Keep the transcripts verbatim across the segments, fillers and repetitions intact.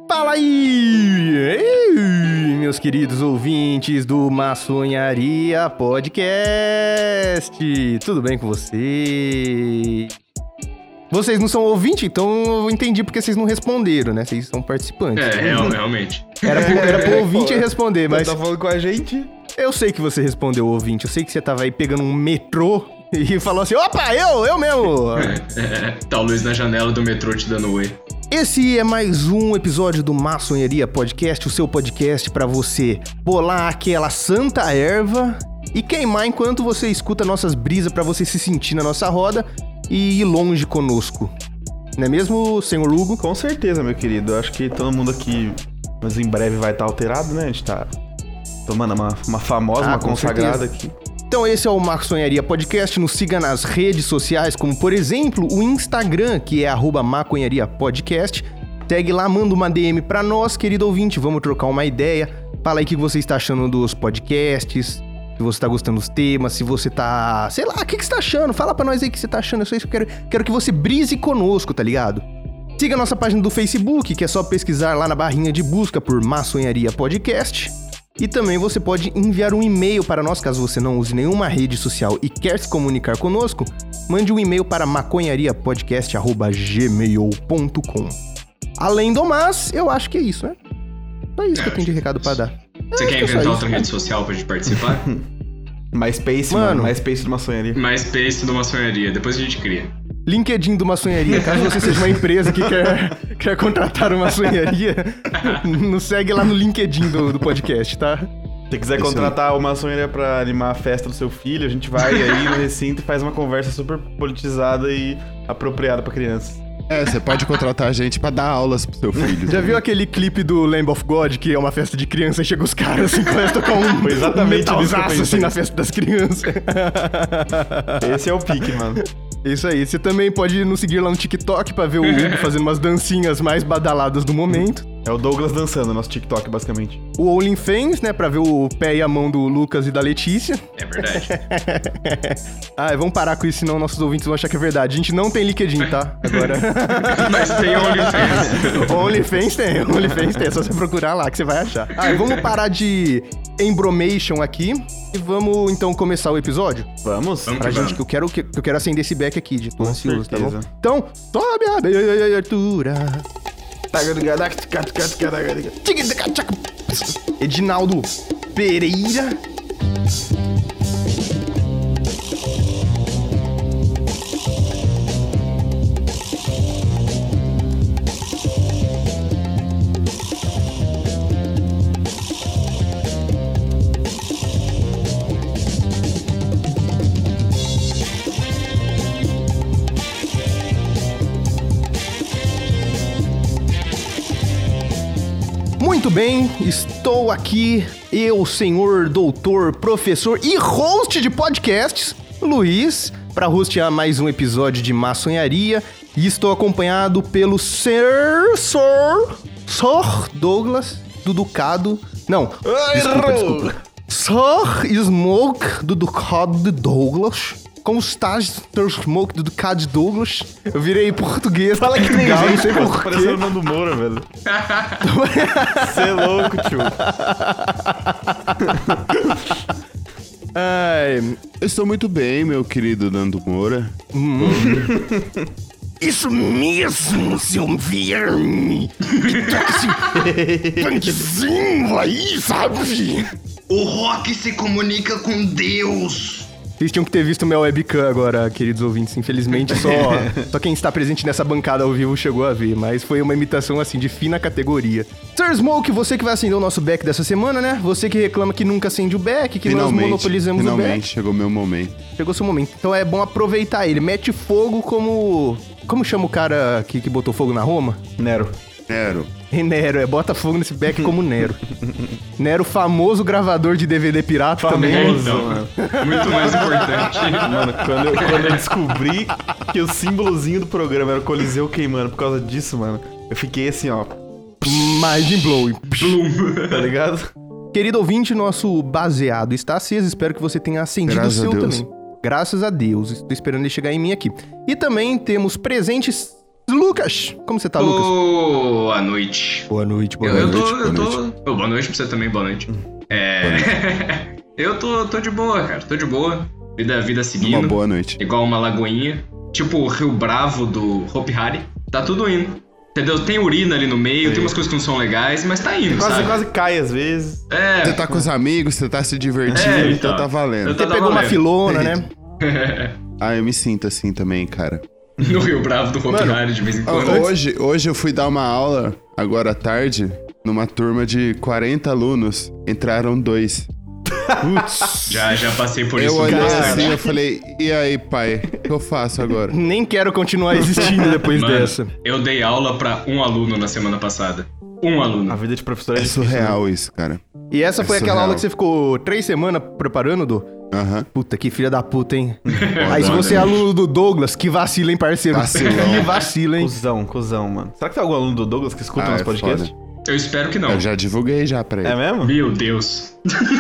Fala aí, Ei, meus queridos ouvintes do Maçonharia Podcast. Tudo bem com vocês? Vocês não são ouvintes, então eu entendi porque vocês não responderam, né? Vocês são participantes. É, real, realmente. Era pro, era pro ouvinte responder, mas... Você tá falando com a gente? Eu sei que você respondeu, ouvinte. Eu sei que você tava aí pegando um metrô e falou assim, opa, eu, eu mesmo. É, é, tá o Luiz na janela do metrô te dando oi. Esse é mais um episódio do Maçonharia Podcast, o seu podcast pra você bolar aquela santa erva e queimar enquanto você escuta nossas brisas pra você se sentir na nossa roda e ir longe conosco. Não é mesmo, senhor Lugo? Com certeza, meu querido. Eu acho que todo mundo aqui, mas em breve vai estar alterado, né? A gente tá tomando uma, uma famosa, Ah, uma com consagrada certeza. aqui. Então esse é o Maçonharia Podcast, nos siga nas redes sociais, como por exemplo o Instagram, que é arroba Maconharia Podcast. Segue lá, manda uma D M pra nós, querido ouvinte, vamos trocar uma ideia. Fala aí o que você está achando dos podcasts, se você tá gostando dos temas, se você tá... Sei lá, o que, que você tá achando? Fala pra nós aí o que você tá achando, é só isso que eu quero, quero que você brise conosco, tá ligado? Siga a nossa página do Facebook, que é só pesquisar lá na barrinha de busca por Maçonharia Podcast. E também você pode enviar um e-mail para nós, caso você não use nenhuma rede social e quer se comunicar conosco, mande um e-mail para maconhariapodcast arroba gmail ponto com. Além do mais, eu acho que é isso, né? Só isso É, que eu tenho de recado para dar. Você É, quer acho que é só inventar isso. outra rede social pra gente participar? MySpace, Mano. mano. MySpace de maçonharia. MySpace do Maçonharia, depois a gente cria. LinkedIn do Maçonharia, caso você seja uma empresa que quer, quer contratar uma maçonharia, nos segue lá no LinkedIn do, do podcast, tá? Se você quiser contratar uma maçonharia pra animar a festa do seu filho, a gente vai aí no recinto e faz uma conversa super politizada e apropriada pra crianças. É, você pode contratar a gente pra dar aulas pro seu filho. Já viu aquele clipe do Lamb of God, que é uma festa de criança e chega os caras assim, começam a tocar um Foi exatamente isso que eu metalzaço pensei. assim na festa das crianças. Esse é o pique, mano. Isso aí, você também pode nos seguir lá no TikTok pra ver o Hugo fazendo umas dancinhas mais badaladas do momento. É o Douglas dançando, nosso TikTok, basicamente. O OnlyFans, né, pra ver o pé e a mão do Lucas e da Letícia. É verdade. Ah, vamos parar com isso, senão nossos ouvintes vão achar que é verdade. A gente não tem LinkedIn, tá? Agora... Mas tem OnlyFans. OnlyFans tem, OnlyFans tem, é só você procurar lá que você vai achar. Ah, vamos parar de embromation aqui e vamos então começar o episódio? Vamos? Vamos. Pra que gente, vamos. que eu quero, que eu quero acender esse beck aqui, de tô Com ansioso, tá bom? certeza. Então, sobe a abertura. Edinaldo Pereira. Muito bem, estou aqui, eu, senhor, doutor, professor e host de podcasts, Luiz, para hostear mais um episódio de Maçonharia. E estou acompanhado pelo Sir, Sir, Sir Douglas, do Ducado... Não, desculpa, desculpa. Sir Smoke, do Ducado de Douglas. Como estás, Sir Smoke, do Ducado de Douglas? Eu virei português. Fala que tem Portugal, não gente, sei pô. por Parecendo quê. o Nando Moura, velho. Você é louco, tio. Ai, Eu estou muito bem, meu querido Nando Moura. isso mesmo, seu verme! Que toca esse punkzinho aí, sabe? O rock se comunica com Deus. Vocês tinham que ter visto minha webcam agora, queridos ouvintes. Infelizmente, só, só quem está presente nessa bancada ao vivo chegou a ver. Mas foi uma imitação, assim, de fina categoria. Sir Smoke, você que vai acender o nosso back dessa semana, né? Você que reclama que nunca acende o back, que nós monopolizamos o back. finalmente chegou meu momento. Chegou seu momento. Então é bom aproveitar ele. Mete fogo como... Como chama o cara que, que botou fogo na Roma? Nero. Nero. É Nero, é bota fogo nesse back como Nero. Nero, famoso gravador de D V D pirata também. Famoso, Então, mano. muito mais importante. Mano, quando eu, quando eu descobri que o símbolozinho do programa era o Coliseu queimando por causa disso, mano, eu fiquei assim, ó, Mind blowing. tá ligado? Querido ouvinte, nosso baseado está aceso. Espero que você tenha acendido Graças o seu a Deus. também. Graças a Deus. Estou esperando ele chegar em mim aqui. E também temos presentes Lucas, como você tá, Lucas? Boa noite. Boa noite, boa eu, noite. Eu tô, eu tô... Oh, boa noite pra você também, boa noite. É... eu tô, tô de boa, cara, tô de boa. Vida, vida seguindo. Uma boa noite. Igual uma lagoinha. Tipo o Rio Bravo do Hopi Hari. Tá tudo indo. Entendeu? Tem urina ali no meio, Sim. tem umas coisas que não são legais, mas tá indo, Quase, sabe? quase cai às vezes. É. Você tá com os amigos, você tá se divertindo, É, então então. tá valendo. Eu Você tá pegou uma valendo. filona, né? Ah, eu me sinto assim também, cara. No Rio Bravo do Hopi Mano, Hari de vez em Ah, quando. Hoje, hoje eu fui dar uma aula, agora à tarde, numa turma de quarenta alunos. Entraram dois. Putz. Já, já passei por Eu isso. olhei bastante. assim, eu falei, e aí, pai, o que eu faço agora? Nem quero continuar existindo depois Mano, dessa. eu dei aula pra um aluno na semana passada. Um A aluno. vida de professor é, É difícil, né? surreal isso, cara. E essa É foi aquela surreal. aula que você ficou três semanas preparando, Du? Aham. Puta, que filha da puta, hein? Aí se Foda, você é né? aluno do Douglas, que vacila, hein, parceiro? Vacilão. Que vacila, hein? Cusão, cuzão, mano. Será que tem algum aluno do Douglas que escuta Ah, nosso é podcast? foda. Eu espero que não. Eu já divulguei já pra ele. É mesmo? Meu Deus.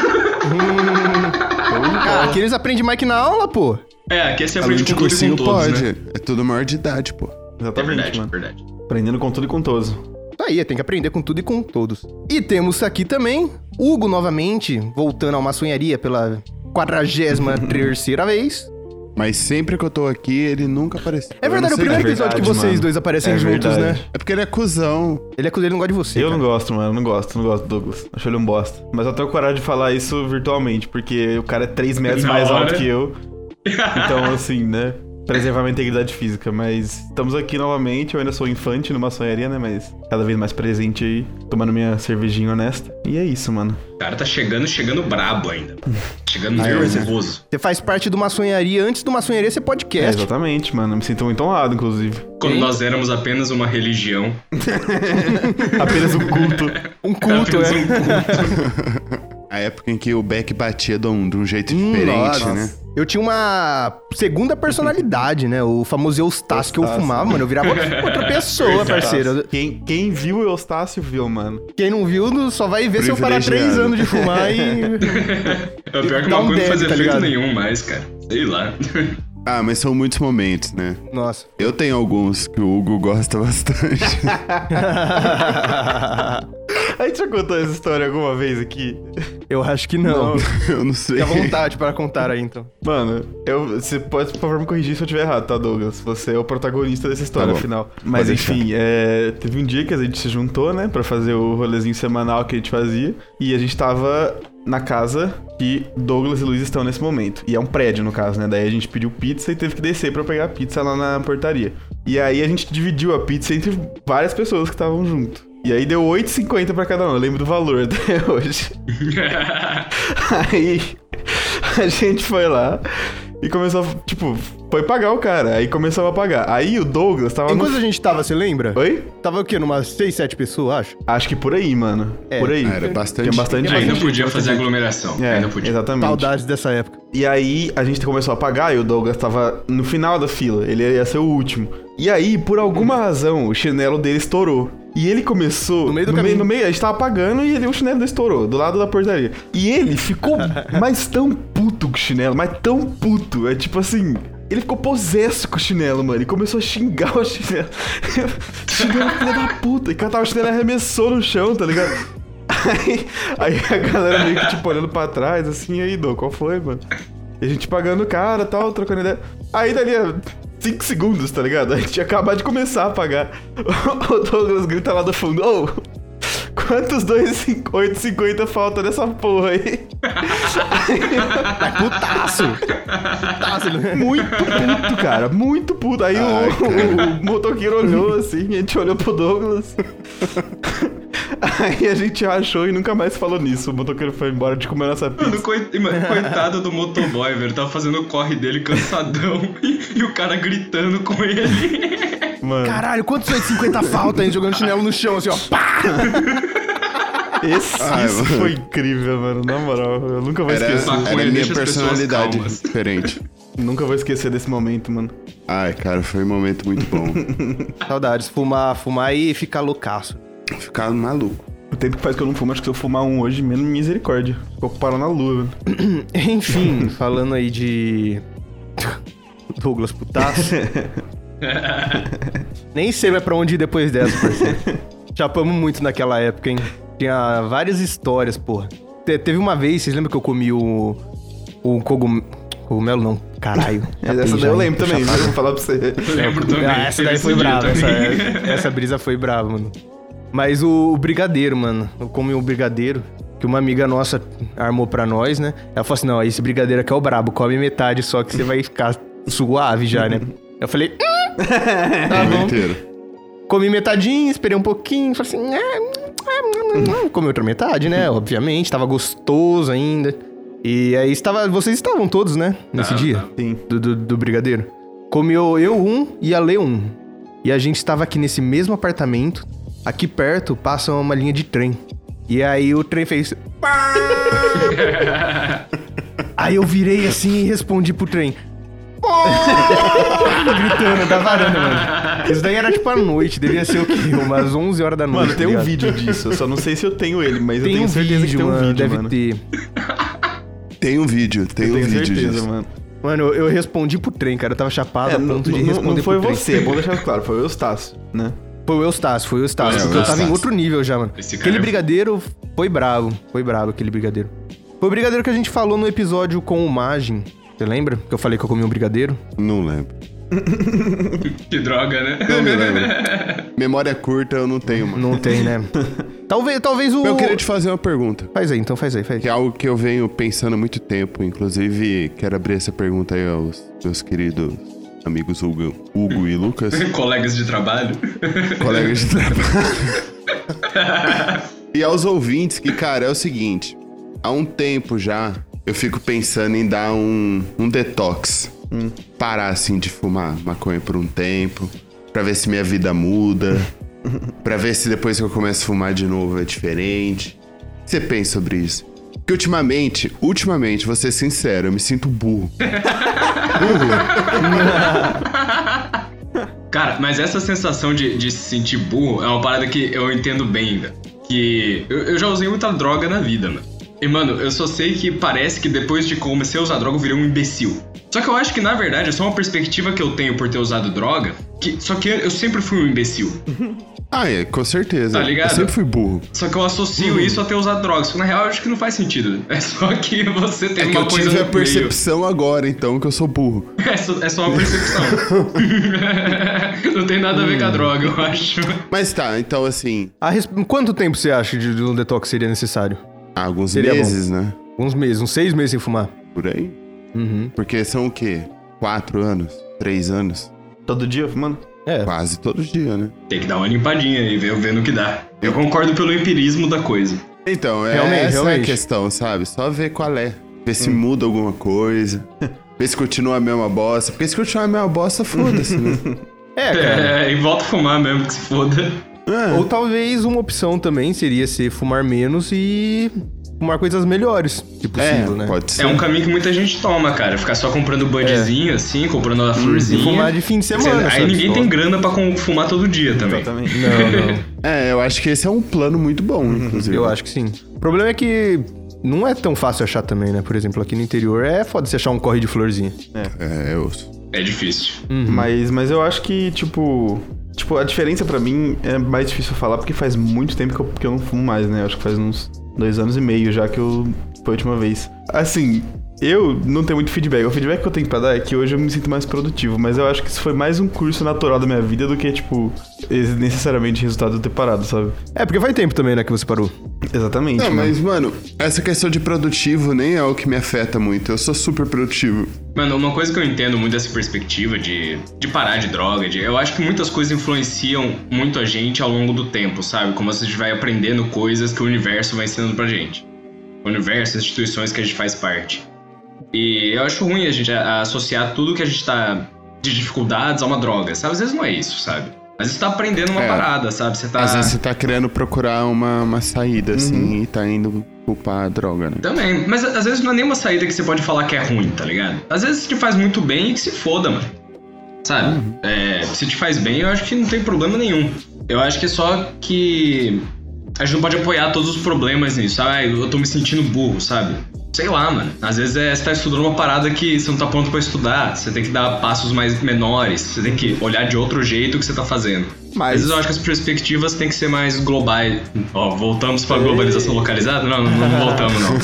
Ah, aqui eles aprendem mais que na aula, pô. É, aqui você Aluno aprende de com tudo e cursinho com todos, pode. né? É tudo maior de idade, pô. É Exatamente, verdade, é mano. verdade. Aprendendo com tudo e com todos. Isso aí, tem que aprender com tudo e com todos. E temos aqui também Hugo novamente, voltando a uma sonharia pela quadragésima terceira vez. Mas sempre que eu tô aqui, ele nunca apareceu. É verdade, é Eu o não sei primeiro é episódio que verdade, vocês mano. dois aparecem É juntos, verdade. né? É porque ele é cuzão. Ele é cozinheiro, ele não gosta de você, Eu cara. não gosto, mano. Eu não gosto, não gosto do Douglas. Acho ele um bosta. Mas eu tenho coragem de falar isso virtualmente, porque o cara é três metros Na mais hora. alto que eu. Então, assim, né? Preservar minha integridade física. Mas estamos aqui novamente. Eu ainda sou infante numa sonharia, né? Mas cada vez mais presente aí, tomando minha cervejinha honesta. E é isso, mano. O cara tá chegando, chegando brabo ainda. Chegando Aí, nervoso. Você faz parte de uma sonharia, antes de uma sonharia ser É, podcast. exatamente, mano. Eu me sinto muito honrado, inclusive. Quando nós éramos apenas uma religião. Apenas um culto. Um culto, Apenas é. um culto. A época em que o Beck batia de um, de um jeito diferente, Nossa. né? Eu tinha uma segunda personalidade, né? O famoso Eustácio que eu Eustácio. fumava, mano. Eu virava outra pessoa, parceiro. Quem, quem viu o Eustácio viu, mano. Quem não viu não- só vai ver se eu parar três Privilegiado. anos de fumar e... É o pior que Dá uma um coisa não fazia deb, tá efeito ligado? nenhum mais, cara. Sei lá. Ah, mas são muitos momentos, né? Nossa. Eu tenho alguns que o Hugo gosta bastante. A gente já contou essa história alguma vez aqui? Eu acho que não. Eu não sei. Fique à vontade para contar aí, então. Mano, eu, você pode, por favor, me corrigir se eu estiver errado, tá, Douglas? Você é o protagonista dessa história, Tá bom. afinal. Mas Pode enfim, é, teve um dia que a gente se juntou, né, pra fazer o rolezinho semanal que a gente fazia. E a gente tava na casa que Douglas e Luiz estão nesse momento. E é um prédio, no caso, né? Daí a gente pediu pizza e teve que descer pra pegar a pizza lá na portaria. E aí a gente dividiu a pizza entre várias pessoas que estavam junto. E aí deu oito e cinquenta pra cada um, eu lembro do valor até hoje. Aí a gente foi lá e começou, a, tipo, foi pagar o cara. Aí começou a pagar. Aí o Douglas tava Enquanto no... a gente tava, você lembra? Oi? Tava o quê? Numas seis, sete pessoas, acho? Acho que por aí, mano. É. Por aí. Ah, era bastante. Tinha bastante Tem Ainda gente. podia bastante fazer gente. aglomeração. É, Ainda podia. exatamente. Saudades dessa época. E aí a gente começou a pagar e o Douglas tava no final da fila. Ele ia ser o último. E aí, por alguma razão, o chinelo dele estourou. E ele começou... No meio do no caminho. no meio, a gente tava pagando e ele, o chinelo dele estourou, do lado da portaria. E ele ficou mais tão puto com o chinelo, mas tão puto. É tipo assim... Ele ficou possesso com o chinelo, mano. Ele começou a xingar o chinelo. Chinelo, filha da puta. E catava o chinelo e arremessou no chão, tá ligado? Aí, aí a galera meio que, tipo, olhando pra trás, assim, e aí, Dô, qual foi, mano? E a gente pagando o cara e tal, trocando ideia. Aí dali a cinco segundos, tá ligado? A gente tinha acabado de começar a pagar. O Douglas grita lá do fundo, ô, quantos dois e oito e cinquenta falta nessa porra aí? Putaço! Putaço! né? Muito puto, cara, muito puto. Aí Ai, o, o motoqueiro olhou assim, a gente olhou pro Douglas. Aí a gente achou e nunca mais falou nisso. O motoqueiro foi embora de comer nossa pizza. Mano, coit- mano, coitado do motoboy, velho. Tava fazendo o corre dele cansadão e, e o cara gritando com ele. Mano, Caralho, quantos oito e cinquenta falta aí jogando chinelo no chão, assim, ó. Pá! esse, Ai, isso mano. foi incrível, mano. Na moral, eu nunca vou Era, esquecer. Maconha era minha deixa as pessoas personalidade calmas. diferente. Nunca vou esquecer desse momento, mano. Ai, cara, foi um momento muito bom. Saudades, fumar, fumar e ficar loucaço. Ficar maluco. O tempo que faz que eu não fumo, acho que se eu fumar um hoje, menos misericórdia. Ficou parado na lua, velho. Enfim, falando aí de... Douglas Putaço. Nem sei mais pra onde ir depois dessa, parceiro. Chapamos muito naquela época, hein? Tinha várias histórias, porra. Te- teve uma vez, vocês lembram que eu comi o... O cogum... cogumelo, não. Caralho. Essa daí eu lembro também, mas eu vou falar pra você. Lembro também. Ah, essa daí Teve foi esse dia brava. Essa, também. essa brisa foi brava, mano. Mas o, o brigadeiro, mano. Eu comi um brigadeiro que uma amiga nossa armou pra nós, né? Ela falou assim, não, esse brigadeiro aqui é o brabo. Come metade só que você vai ficar suave já, né? Eu falei... Hum, tá bom. Inteiro. Comi metadinho, esperei um pouquinho. Falei assim... Ah, comi outra metade, né? Obviamente. Tava gostoso ainda. E aí estava... Vocês estavam todos, né? Nesse Ah, dia. tá. Sim. Do, do, do brigadeiro. Comeu eu um e a Lê um. E a gente estava aqui nesse mesmo apartamento. Aqui perto passa uma linha de trem. E aí o trem fez... Aí eu virei assim e respondi pro trem. Gritando da varanda, mano. Isso daí era tipo à noite, devia ser o quê? Umas onze horas da noite. Mano, tem tá um ligado? vídeo disso. Eu só não sei se eu tenho ele, mas Tem eu tenho um certeza vídeo, que tem um mano, vídeo, deve mano. ter. Tem um vídeo, tem Eu um tenho vídeo certeza, disso. mano. Mano, eu, eu respondi pro trem, cara. Eu tava chapado É, a não, ponto de não- responder não foi pro trem. você, é bom deixar claro, foi o Eustácio, né? Foi o Eustácio, foi o Eustácio. É, porque o eu tava em Eustácio. outro nível já, mano. Esse cara Aquele é- brigadeiro foi bravo. Foi bravo aquele brigadeiro. Foi o brigadeiro que a gente falou no episódio com o Magin. Você lembra? Que eu falei que eu comi um brigadeiro? Não lembro. Que droga, né? Não me lembro. Memória curta eu não tenho, mano. Não tem, né? talvez, talvez o... Eu queria te fazer uma pergunta. Faz aí, então faz aí, faz Que aí. é algo que eu venho pensando há muito tempo. Inclusive, quero abrir essa pergunta aí aos meus queridos amigos Hugo, Hugo e Lucas. Colegas de trabalho. Colegas de trabalho. E aos ouvintes, que, cara, é o seguinte. Há um tempo já, eu fico pensando em dar um, um detox. Hum. Parar, assim, de fumar maconha por um tempo. Pra ver se minha vida muda. Pra ver se depois que eu começo a fumar de novo é diferente. O que você pensa sobre isso? Porque ultimamente, ultimamente, vou ser sincero, eu me sinto burro. Cara, mas essa sensação de, de se sentir burro é uma parada que eu entendo bem, velho. Que eu, eu já usei muita droga na vida, mano. E, mano, eu só sei que parece que depois de comecei a usar droga eu virei um imbecil. Só que eu acho que, na verdade, é só uma perspectiva que eu tenho por ter usado droga. Que, só que eu sempre fui um imbecil. Ah, é, com certeza. Tá ligado? Eu sempre fui burro. Só que eu associo isso a ter usado drogas. Só que, na real, eu acho que não faz sentido. É só que você tem É que uma eu coisa tive a no meio. percepção agora, então, que eu sou burro. É só, é só uma percepção. Não tem nada a ver com a droga, eu acho. Mas tá, então assim, A res- Quanto tempo você acha de, de um detox seria necessário? há alguns Seria meses, né? Uns meses, uns seis meses sem fumar. Por aí. Uhum. Porque são o quê? Quatro anos? Três anos? Todo dia fumando? É. Quase todos os dias, né? Tem que dar uma limpadinha e ver, ver no que dá. Eu concordo pelo empirismo da coisa. Então, é, Realmente, essa é realmente. a questão, sabe? Só ver qual é. Ver se muda alguma coisa. Ver se continua a mesma bosta. Porque se continuar a mesma bosta, foda-se, né? É, cara. É, e volta a fumar mesmo, que se foda. É. Ou talvez uma opção também seria ser fumar menos e fumar coisas melhores, se possível, É, né? pode ser. É um caminho que muita gente toma, cara. Ficar só comprando budzinho, assim, comprando a E florzinha. fumar de fim de semana, Você- Aí sabe? ninguém Só. tem grana pra com- fumar todo dia também. Exatamente. Não, não. É, eu acho que esse é um plano muito bom, inclusive. Eu acho que sim. O problema é que não é tão fácil achar também, né? Por exemplo, aqui no interior é foda você achar um corre de florzinha. É, eu... É difícil. Mas, mas eu acho que, tipo... Tipo, a diferença pra mim é mais difícil falar porque faz muito tempo que eu, que eu não fumo mais, né? Eu acho que faz uns dois anos e meio já que eu... Foi a última vez. Assim, eu não tenho muito feedback. O feedback que eu tenho pra dar é que hoje eu me sinto mais produtivo. Mas eu acho que isso foi mais um curso natural da minha vida do que, tipo, esse- necessariamente resultado de eu ter parado, sabe? É, porque faz tempo também, né, que você parou. Exatamente. Não, mano. mas, mano, essa questão de produtivo nem é o que me afeta muito. Eu sou super produtivo. Mano, uma coisa que eu entendo muito dessa perspectiva de, de parar de droga, de, eu acho que muitas coisas influenciam muito a gente ao longo do tempo, sabe? Como a gente vai aprendendo coisas que o universo vai ensinando pra gente. O universo, as instituições que a gente faz parte. E eu acho ruim a gente a- associar tudo que a gente tá de dificuldades a uma droga, sabe? Às vezes não é isso, sabe? Às vezes você tá aprendendo uma É. parada, sabe? Você tá... Às vezes você tá querendo procurar uma, uma saída, assim, Uhum. e tá indo culpar a droga, né? Também, mas às vezes não é nenhuma saída que você pode falar que é ruim, tá ligado? Às vezes te faz muito bem e que se foda, mano. Sabe? É, se te faz bem, eu acho que não tem problema nenhum. Eu acho que é só que a gente não pode apoiar todos os problemas nisso, sabe? Ah, eu tô me sentindo burro, sabe? Sei lá, mano. Às vezes é, você tá estudando uma parada que você não tá pronto pra estudar. Você tem que dar passos mais menores. Você tem que olhar de outro jeito o que você tá fazendo. Mas... Às vezes eu acho que as perspectivas têm que ser mais globais. Ó, voltamos pra globalização localizada? Não, não, não voltamos, não.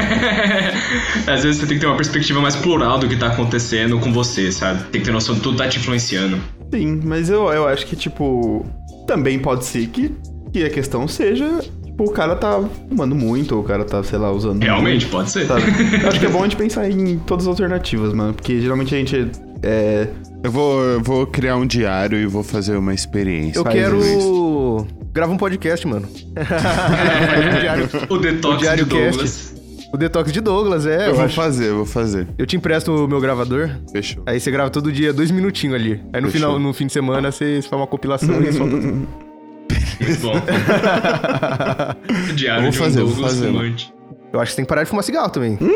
Às vezes você tem que ter uma perspectiva mais plural do que tá acontecendo com você, sabe? Tem que ter noção de tudo tá te influenciando. Sim, mas eu, eu acho que, tipo... Também pode ser que, que a questão seja... O cara tá fumando muito, ou o cara tá, sei lá, usando... Realmente, muito, pode ser. Sabe? Eu acho que é bom a gente pensar em todas as alternativas, mano. Porque geralmente a gente é... Eu vou, eu vou criar um diário e vou fazer uma experiência. Eu Faz quero... isso. Grava um podcast, mano. o, diário, o detox o diário de Douglas. O detox de Douglas, é. Eu, eu vou acho. fazer, eu vou fazer. Eu te empresto o meu gravador. Fechou. Aí você grava todo dia, dois minutinhos ali. Aí no, final, no fim de semana você faz uma compilação e solta tudo. Muito bom. Diário vou de fazer, um Douglas vou fazer. fumante. Eu acho que você tem que parar de fumar cigarro também. Hum,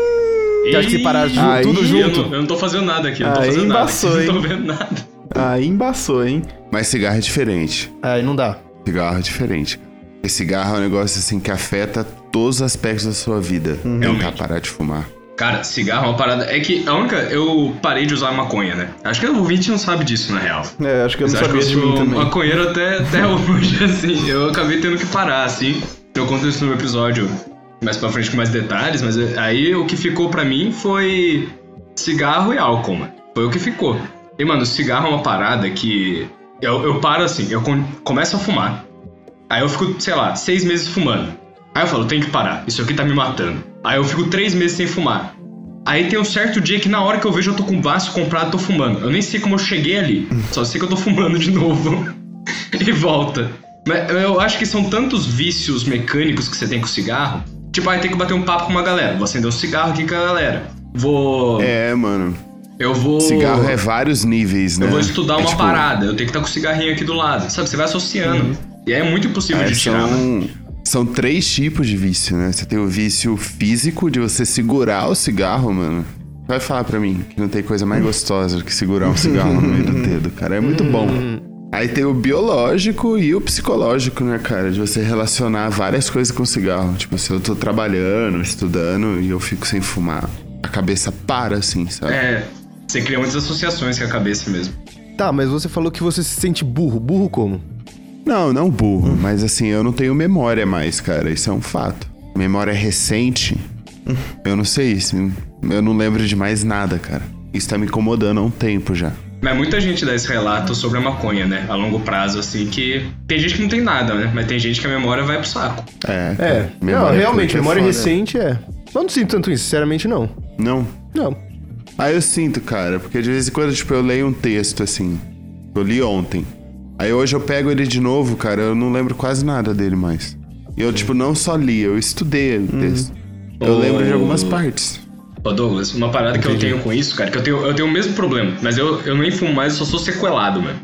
eu acho que se parar ju- aí, tudo junto... Eu não, eu não tô fazendo nada aqui, eu não tô aí fazendo embaçou, nada aqui, hein? não tô vendo nada. Aí embaçou, hein? Mas cigarro é diferente. Aí não dá. Cigarro é diferente. Porque cigarro é um negócio assim que afeta todos os aspectos da sua vida. Uhum. Tentar parar de fumar. Cara, cigarro é uma parada... É que a única... Eu parei de usar maconha, né? Acho que o ouvinte não sabe disso, na real. É, acho que eu não Mas sabia acho de que eu mim sou também. maconheiro até, até hoje, assim. Eu acabei tendo que parar, assim. Eu conto isso no episódio mais pra frente com mais detalhes, mas aí o que ficou pra mim foi cigarro e álcool, mano. Foi o que ficou. E, mano, cigarro é uma parada que... Eu, eu paro assim, eu começo a fumar. Aí eu fico, sei lá, seis meses fumando. Aí eu falo, tenho que parar, isso aqui tá me matando. Aí eu fico três meses sem fumar. Aí tem um certo dia que na hora que eu vejo eu tô com um vaso comprado, tô fumando. Eu nem sei como eu cheguei ali, só sei que eu tô fumando de novo. E volta. Mas eu acho que são tantos vícios mecânicos que você tem com o cigarro. Tipo, aí tem que bater um papo com uma galera. Vou acender um cigarro aqui com a galera. Vou... É, mano. Eu vou... Cigarro é vários níveis, né? Eu vou estudar é, uma tipo... parada. Eu tenho que estar com o cigarrinho aqui do lado. Sabe, você vai associando. Uhum. E aí é muito impossível é, de tirar. São... São três tipos de vício, né? Você tem o vício físico, de você segurar o cigarro, mano. Vai falar pra mim que não tem coisa mais gostosa do que segurar um cigarro no meio do dedo, cara. É muito bom. Aí tem o biológico e o psicológico, né, cara? De você relacionar várias coisas com o cigarro. Tipo, se eu tô trabalhando, estudando e eu fico sem fumar, a cabeça para, assim, sabe? É, você cria muitas associações com a cabeça mesmo. Tá, mas você falou que você se sente burro. Burro como? Não, não burro, hum. mas assim, eu não tenho memória mais, cara, isso é um fato. Memória recente, hum. eu não sei, assim, eu não lembro de mais nada, cara. Isso tá me incomodando há um tempo já. Mas muita gente dá esse relato sobre a maconha, né, a longo prazo, assim, que tem gente que não tem nada, né, mas tem gente que a memória vai pro saco. É, cara, é. Não, realmente, memória é recente é... Eu não sinto tanto isso, sinceramente, não. Não? Não. Ah, eu sinto, cara, porque de vez em quando, tipo, eu leio um texto, assim, eu li ontem. Aí hoje eu pego ele de novo, cara, eu não lembro quase nada dele mais. E eu, tipo, não só li, eu estudei o texto. Hum. Eu oh. lembro de algumas partes. Ô Douglas, uma parada Entendi. que eu tenho com isso, cara, que eu tenho, eu tenho o mesmo problema, mas eu, eu nem fumo mais, eu só sou sequelado, mano.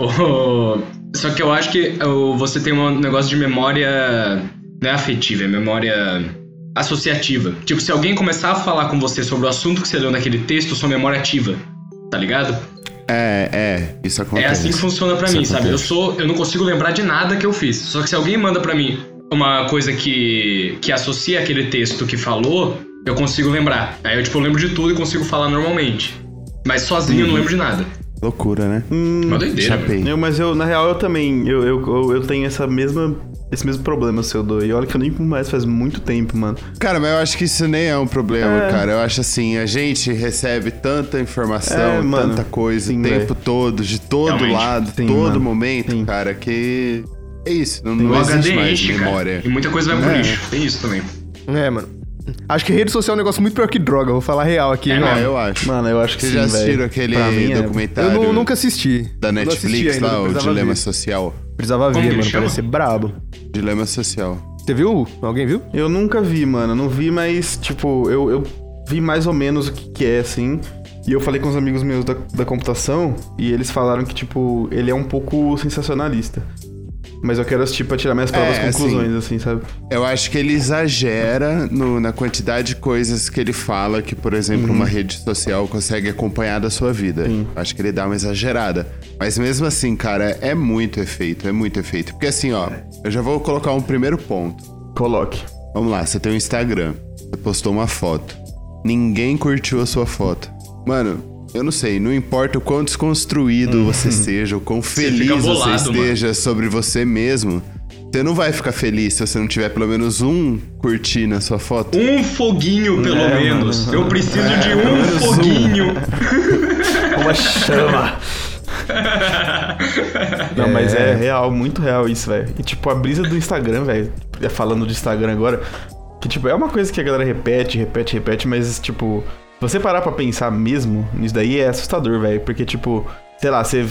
Oh, só que eu acho que oh, você tem um negócio de memória, não é afetiva, é memória associativa. Tipo, se alguém começar a falar com você sobre o assunto que você leu naquele texto, sua memória ativa, tá ligado? É, é, isso acontece. É assim que funciona pra isso mim, acontece. sabe? Eu sou, eu não consigo lembrar de nada que eu fiz. Só que se alguém manda pra mim uma coisa que, que associa aquele texto que falou, eu consigo lembrar. Aí eu, tipo, eu lembro de tudo e consigo falar normalmente. Mas sozinho uhum. eu não lembro de nada. Loucura, né? Hum, Uma doideira. Eu, mas eu, na real, eu também, eu, eu, eu, eu tenho essa mesma... Esse mesmo problema, seu do. E olha que eu nem fumo mais faz muito tempo, mano. Cara, mas eu acho que isso nem é um problema, é. cara. Eu acho assim, a gente recebe tanta informação, é, mano, tanta coisa, o tempo véio. todo, de todo Realmente. lado, sim, todo mano. momento, sim. cara, que... É isso, não, não existe H D mais enche, memória. Cara. E muita coisa vai pro é. lixo, tem isso também. É, mano. Acho que rede social é um negócio muito pior que droga, vou falar real aqui. É, mano. É, eu acho. Mano, eu acho que Vocês sim, já assistiram véio. aquele mim, documentário? É. Eu não, nunca assisti. Da Netflix ainda, lá, o Dilema ver. Social. Precisava Como ver, mano, chama? parece ser brabo. Dilema Social. Você viu? Alguém viu? Eu nunca vi, mano. Não vi, mas, tipo, eu, eu vi mais ou menos o que, que é, assim. E eu falei com os amigos meus da, da computação e eles falaram que, tipo, ele é um pouco sensacionalista. Mas eu quero assistir pra tirar minhas próprias é, conclusões, assim, assim, sabe? Eu acho que ele exagera no, na quantidade de coisas que ele fala que, por exemplo, uhum. uma rede social consegue acompanhar da sua vida. Sim. Acho que ele dá uma exagerada. Mas mesmo assim, cara, é muito efeito, é muito efeito. Porque assim, ó, eu já vou colocar um primeiro ponto. Coloque. Vamos lá, você tem um Instagram. Você postou uma foto. Ninguém curtiu a sua foto. Mano, eu não sei, não importa o quão desconstruído uhum. você seja, o quão feliz você, bolado, você esteja mano. sobre você mesmo, você não vai ficar feliz se você não tiver pelo menos um curtir na sua foto. Um foguinho, pelo é, menos. Mano. Eu preciso é, de um foguinho. Um. Uma chama. Não, é. mas é real, muito real isso, velho. E tipo, a brisa do Instagram, velho, falando do Instagram agora, que tipo, é uma coisa que a galera repete, repete, repete, mas tipo, você parar pra pensar mesmo nisso daí é assustador, velho. Porque tipo, sei lá, você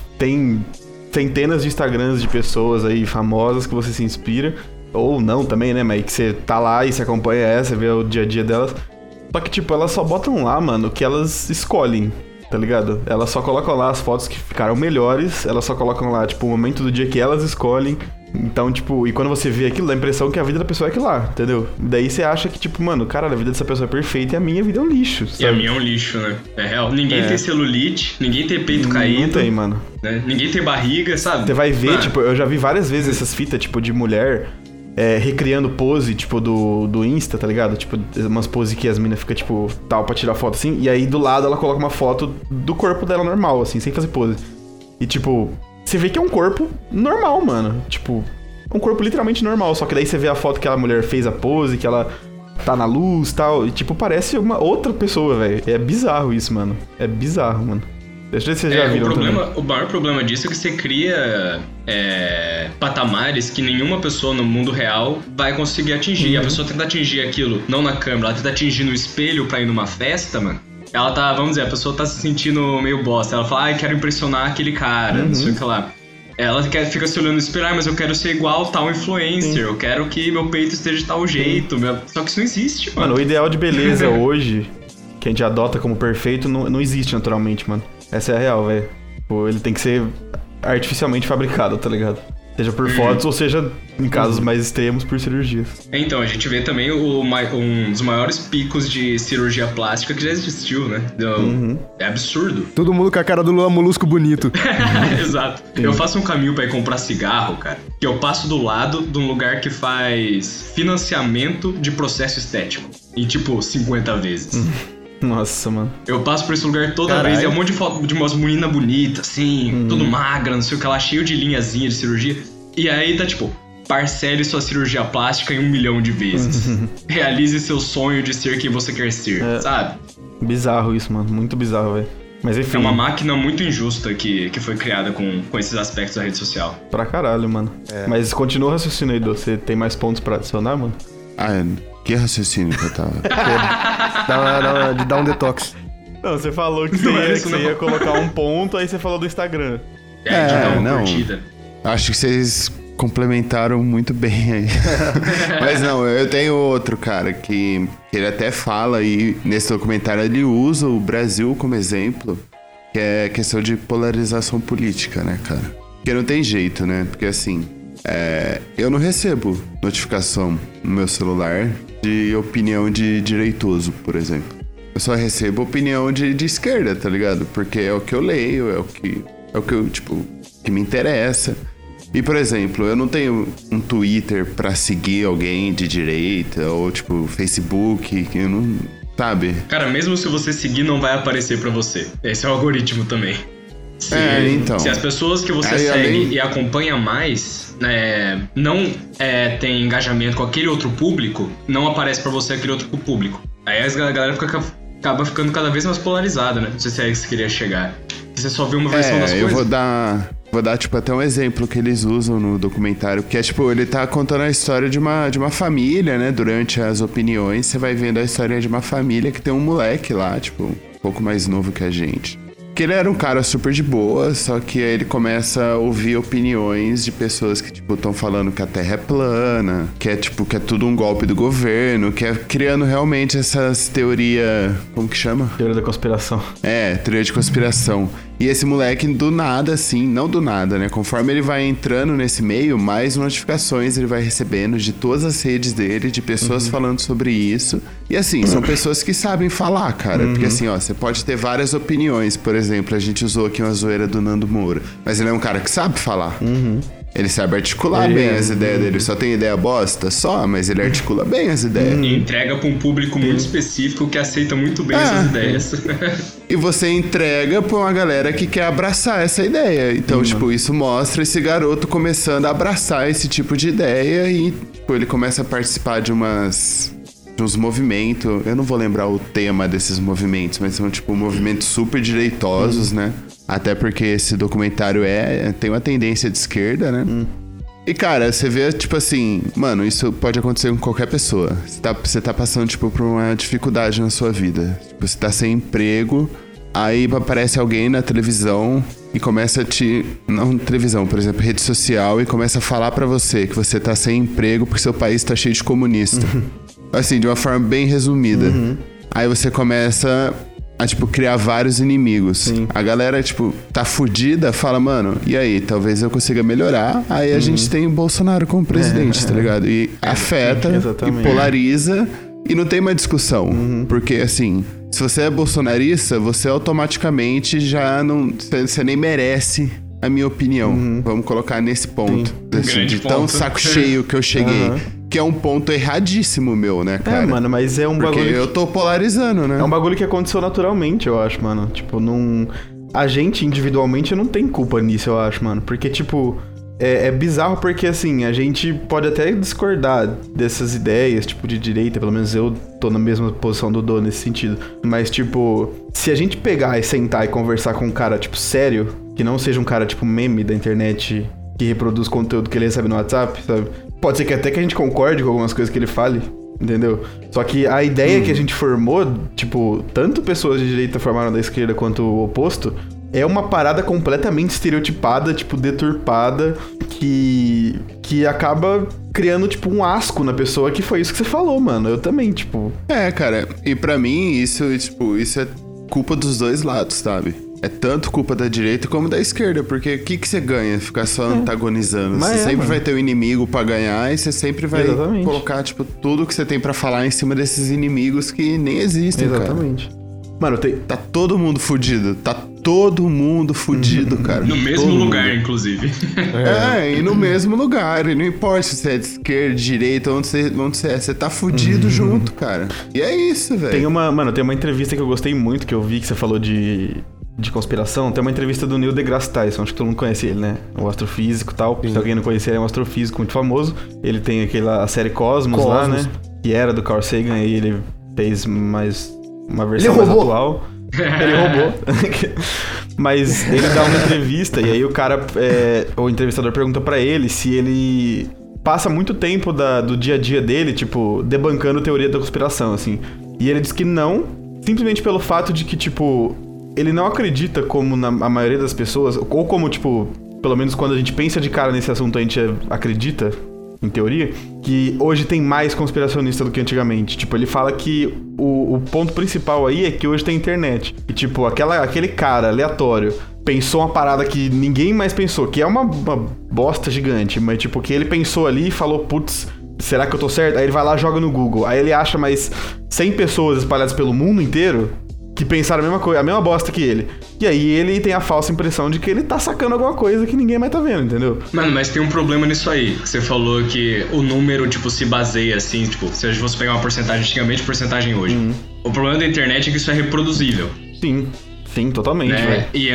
tem centenas de Instagrams de pessoas aí famosas que você se inspira, ou não também, né, mas que você tá lá e você acompanha essa, você vê o dia a dia delas. Só que tipo, elas só botam lá, mano, o que elas escolhem. Tá ligado? Elas só colocam lá as fotos que ficaram melhores, elas só colocam lá, tipo, o momento do dia que elas escolhem. Então, tipo, e quando você vê aquilo, dá a impressão que a vida da pessoa é aquilo lá, entendeu? Daí você acha que, tipo, mano, cara, a vida dessa pessoa é perfeita e a minha vida é um lixo, sabe? E a minha é um lixo, né? É real. Ninguém é. tem celulite, ninguém tem peito caído. Não tem, mano. Né? Ninguém tem barriga, sabe? Você vai ver, ah. tipo, eu já vi várias vezes essas fitas, tipo, de mulher... É, recriando pose, tipo, do, do Insta, tá ligado? Tipo, umas poses que as minas ficam, tipo, tal, pra tirar foto, assim. E aí, do lado, ela coloca uma foto do corpo dela normal, assim, sem fazer pose. E, tipo, você vê que é um corpo normal, mano. Tipo, um corpo literalmente normal. Só que daí você vê a foto que a mulher fez a pose, que ela tá na luz e tal. E, tipo, parece uma outra pessoa, velho. É bizarro isso, mano. É bizarro, mano. Deixa eu ver se vocês já é, viram o problema, também. O maior problema disso é que você cria é, patamares que nenhuma pessoa no mundo real vai conseguir atingir. Uhum. A pessoa tenta atingir aquilo, não na câmera, ela tenta atingir no espelho pra ir numa festa, mano. Ela tá, vamos dizer, a pessoa tá se sentindo meio bosta. Ela fala, ai, ah, quero impressionar aquele cara, uhum. não sei o que lá. Ela quer, fica se olhando no espelho, ah, mas eu quero ser igual tal influencer, Sim. eu quero que meu peito esteja de tal jeito. Meu... Só que isso não existe, mano. Mano, o ideal de beleza hoje, que a gente adota como perfeito, não, não existe naturalmente, mano. Essa é a real, velho. Ele tem que ser artificialmente fabricado, tá ligado? Seja por fotos ou seja, em casos mais extremos, por cirurgias. Então, a gente vê também o, um dos maiores picos de cirurgia plástica que já existiu, né? Uhum. É absurdo. Todo mundo com a cara do Lula Molusco bonito. Exato. Sim. Eu faço um caminho pra ir comprar cigarro, cara, que eu passo do lado de um lugar que faz financiamento de processo estético. Em, tipo, cinquenta vezes. Uhum. Nossa, mano. Eu passo por esse lugar toda Carai. vez. É um monte de foto de umas meninas bonitas, assim, hum. tudo magra, não sei o que lá, cheio de linhazinha de cirurgia. E aí tá tipo, parcele sua cirurgia plástica em um milhão de vezes. Realize seu sonho de ser quem você quer ser, é. sabe? Bizarro isso, mano. Muito bizarro, velho. Mas enfim. É uma máquina muito injusta que, que foi criada com, com esses aspectos da rede social. Pra caralho, mano. É. Mas continua o raciocínio aí, Edu. Você tem mais pontos pra adicionar, mano? Ah, é. Que raciocínio que eu tava? dá, dá, de dar um detox. Não, você falou que você, ia, que você ia colocar um ponto, aí você falou do Instagram. É, é de dar uma não. curtida. Acho que vocês complementaram muito bem aí. Mas não, eu tenho outro, cara, que, que ele até fala, e nesse documentário ele usa o Brasil como exemplo, que é questão de polarização política, né, cara? Porque não tem jeito, né? Porque assim... É, eu não recebo notificação no meu celular de opinião de direitoso, por exemplo. Eu só recebo opinião de, de esquerda, tá ligado? Porque é o que eu leio, é o que, é o que eu, tipo, que me interessa. E, por exemplo, eu não tenho um Twitter pra seguir alguém de direita, ou, tipo, Facebook, que eu não... Sabe? Cara, mesmo se você seguir, não vai aparecer pra você. Esse é o algoritmo também. Se, é, então. Se as pessoas que você Aí, segue além... e acompanha mais é, não é, tem engajamento com aquele outro público, não aparece pra você aquele outro público. Aí a galera fica, acaba ficando cada vez mais polarizada, né? Não sei se é aí que você queria chegar. Você só vê uma versão é, das coisas. Eu vou dar, vou dar, tipo, até um exemplo que eles usam no documentário, que é, tipo, ele tá contando a história de uma, de uma família, né? Durante as opiniões, você vai vendo a história de uma família que tem um moleque lá, tipo, um pouco mais novo que a gente. Que ele era um cara super de boa, só que aí ele começa a ouvir opiniões de pessoas que, tipo, estão falando que a Terra é plana, que é, tipo, que é tudo um golpe do governo, que é criando realmente essas teorias... Como que chama? Teoria da conspiração. É, teoria de conspiração. E esse moleque, do nada, assim, não do nada, né? Conforme ele vai entrando nesse meio, mais notificações ele vai recebendo de todas as redes dele, de pessoas uhum. falando sobre isso. E assim, são pessoas que sabem falar, cara. Uhum. Porque assim, ó, você pode ter várias opiniões. Por exemplo, a gente usou aqui uma zoeira do Nando Moura. Mas ele é um cara que sabe falar. Uhum. Ele sabe articular Ele bem é- as ideias dele. Só tem ideia bosta? Só, mas ele articula bem as ideias. E entrega pra um público muito específico que aceita muito bem Ah. essas ideias. E você entrega pra uma galera que quer abraçar essa ideia. Então, tipo, isso mostra esse garoto começando a abraçar esse tipo de ideia e, tipo, ele começa a participar de umas... de uns movimentos. Eu não vou lembrar o tema desses movimentos, mas são, tipo, movimentos super direitosos, né? Até porque esse documentário é tem uma tendência de esquerda, né? E, cara, você vê, tipo assim... Mano, isso pode acontecer com qualquer pessoa. Você tá, você tá passando, tipo, por uma dificuldade na sua vida. Tipo, você tá sem emprego... Aí aparece alguém na televisão e começa a te... Não televisão, por exemplo, rede social, e começa a falar pra você que você tá sem emprego porque seu país tá cheio de comunista. Assim, de uma forma bem resumida. Uhum. Aí você começa a, tipo, criar vários inimigos. Sim. A galera, tipo, tá fudida, fala, mano, e aí? Talvez eu consiga melhorar. Aí a Uhum. gente tem o Bolsonaro como presidente, tá ligado? E afeta, exatamente. e polariza, e não tem mais discussão. Uhum. Porque, assim... Se você é bolsonarista, você automaticamente já não... Você nem merece a minha opinião. Uhum. Vamos colocar nesse ponto. Assim, Grande de tão ponto. saco cheio que eu cheguei. Aham. Que é um ponto erradíssimo meu, né, cara? É, mano, mas é um Porque bagulho... eu tô polarizando, né? É um bagulho que aconteceu naturalmente, eu acho, mano. Tipo, não... A gente, individualmente, não tem culpa nisso, eu acho, mano. Porque, tipo... É, é bizarro porque, assim, a gente pode até discordar dessas ideias, tipo, de direita. Pelo menos eu tô na mesma posição do Dô nesse sentido. Mas, tipo... Se a gente pegar e sentar e conversar com um cara, tipo, sério... Que não seja um cara, tipo, meme da internet... Que reproduz conteúdo que ele recebe no WhatsApp, sabe? Pode ser que até que a gente concorde com algumas coisas que ele fale, entendeu? Só que a ideia hum. que a gente formou, tipo, tanto pessoas de direita formaram da esquerda quanto o oposto, é uma parada completamente estereotipada, tipo, deturpada, que, que acaba criando, tipo, um asco na pessoa, que foi isso que você falou, mano. Eu também, tipo... É, cara, e pra mim, isso, tipo, isso é culpa dos dois lados, sabe? É tanto culpa da direita como da esquerda, porque o que, que você ganha ficar só é. antagonizando? Mas você é, sempre mano. vai ter um inimigo pra ganhar e você sempre vai Exatamente. colocar, tipo, tudo que você tem pra falar em cima desses inimigos que nem existem, Exatamente. cara. Mano, tem... Tá todo mundo fudido, tá todo mundo fudido, cara. No mesmo todo lugar, mundo. inclusive. É. é, e no mesmo lugar. E não importa se você é de esquerda, de direita, onde você, onde você é. Você tá fudido junto, cara. E é isso, velho. Tem uma, mano, tem uma entrevista que eu gostei muito, que eu vi que você falou de... de conspiração, tem uma entrevista do Neil deGrasse Tyson, acho que todo mundo conhece ele, né? O astrofísico e tal. Sim. Se alguém não conhecer, ele é um astrofísico muito famoso. Ele tem aquela a série Cosmos, Cosmos lá, né? Que era do Carl Sagan, e ele fez mais uma versão mais atual. Ele roubou. Mas ele dá uma entrevista, e aí o cara, é, o entrevistador pergunta pra ele se ele passa muito tempo da, do dia a dia dele, tipo, debancando teoria da conspiração, assim. E ele diz que não, simplesmente pelo fato de que, tipo... Ele não acredita, como na a maioria das pessoas, ou como, tipo, pelo menos quando a gente pensa de cara nesse assunto, a gente acredita, em teoria, que hoje tem mais conspiracionista do que antigamente. Tipo, ele fala que o, o ponto principal aí é que hoje tem internet. E, tipo, aquela, aquele cara aleatório pensou uma parada que ninguém mais pensou, que é uma, uma bosta gigante, mas, tipo, que ele pensou ali e falou, putz, será que eu tô certo? Aí ele vai lá e joga no Google. Aí ele acha mais cem pessoas espalhadas pelo mundo inteiro que pensaram a mesma coisa, a mesma bosta que ele. E aí ele tem a falsa impressão de que ele tá sacando alguma coisa que ninguém mais tá vendo, entendeu? Mano, mas tem um problema nisso aí. Você falou que o número, tipo, se baseia assim, tipo, se a gente fosse pegar uma porcentagem antigamente e porcentagem hoje. Uhum. O problema da internet é que isso é reproduzível. Sim. Sim, totalmente, né? e,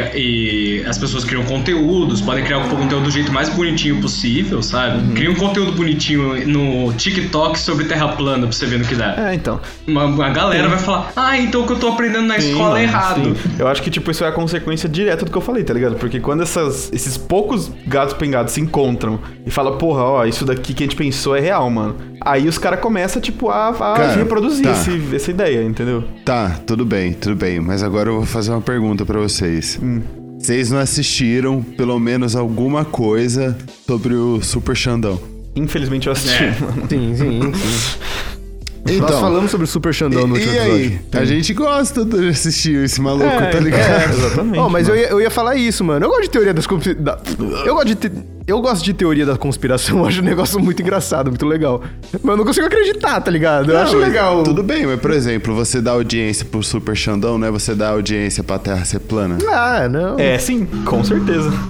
e as pessoas criam conteúdos, podem criar um conteúdo do jeito mais bonitinho possível, sabe? Uhum. Cria um conteúdo bonitinho no TikTok sobre terra plana pra você ver no que dá. É, então. Uma, uma galera sim. vai falar, ah, então o que eu tô aprendendo na sim, escola mano, é errado. Sim. Eu acho que, tipo, isso é a consequência direta do que eu falei, tá ligado? Porque quando essas, esses poucos gatos pingados se encontram e falam, porra, ó, isso daqui que a gente pensou é real, mano. Aí os caras começam, tipo, a, a Cara, reproduzir tá. esse, essa ideia, entendeu? Tá, tudo bem, tudo bem. Mas agora eu vou fazer uma pergunta pra vocês. Hum. Vocês não assistiram, pelo menos, alguma coisa sobre o Super Xandão? Infelizmente eu assisti. É. Sim, sim, sim. Então, nós falamos sobre o Super Xandão no último episódio. E aí? A gente gosta de assistir esse maluco, é, tá ligado? É, exatamente. Oh, mas eu ia, eu ia falar isso, mano. Eu gosto de teoria das conspirações. Eu gosto de te... Eu gosto de teoria da conspiração. Eu acho um negócio muito engraçado, muito legal. Mas eu não consigo acreditar, tá ligado? Eu não, acho legal. Tudo bem, mas por exemplo, você dá audiência pro Super Xandão, né? Você dá audiência pra Terra ser plana? Ah, não. É, sim, com certeza.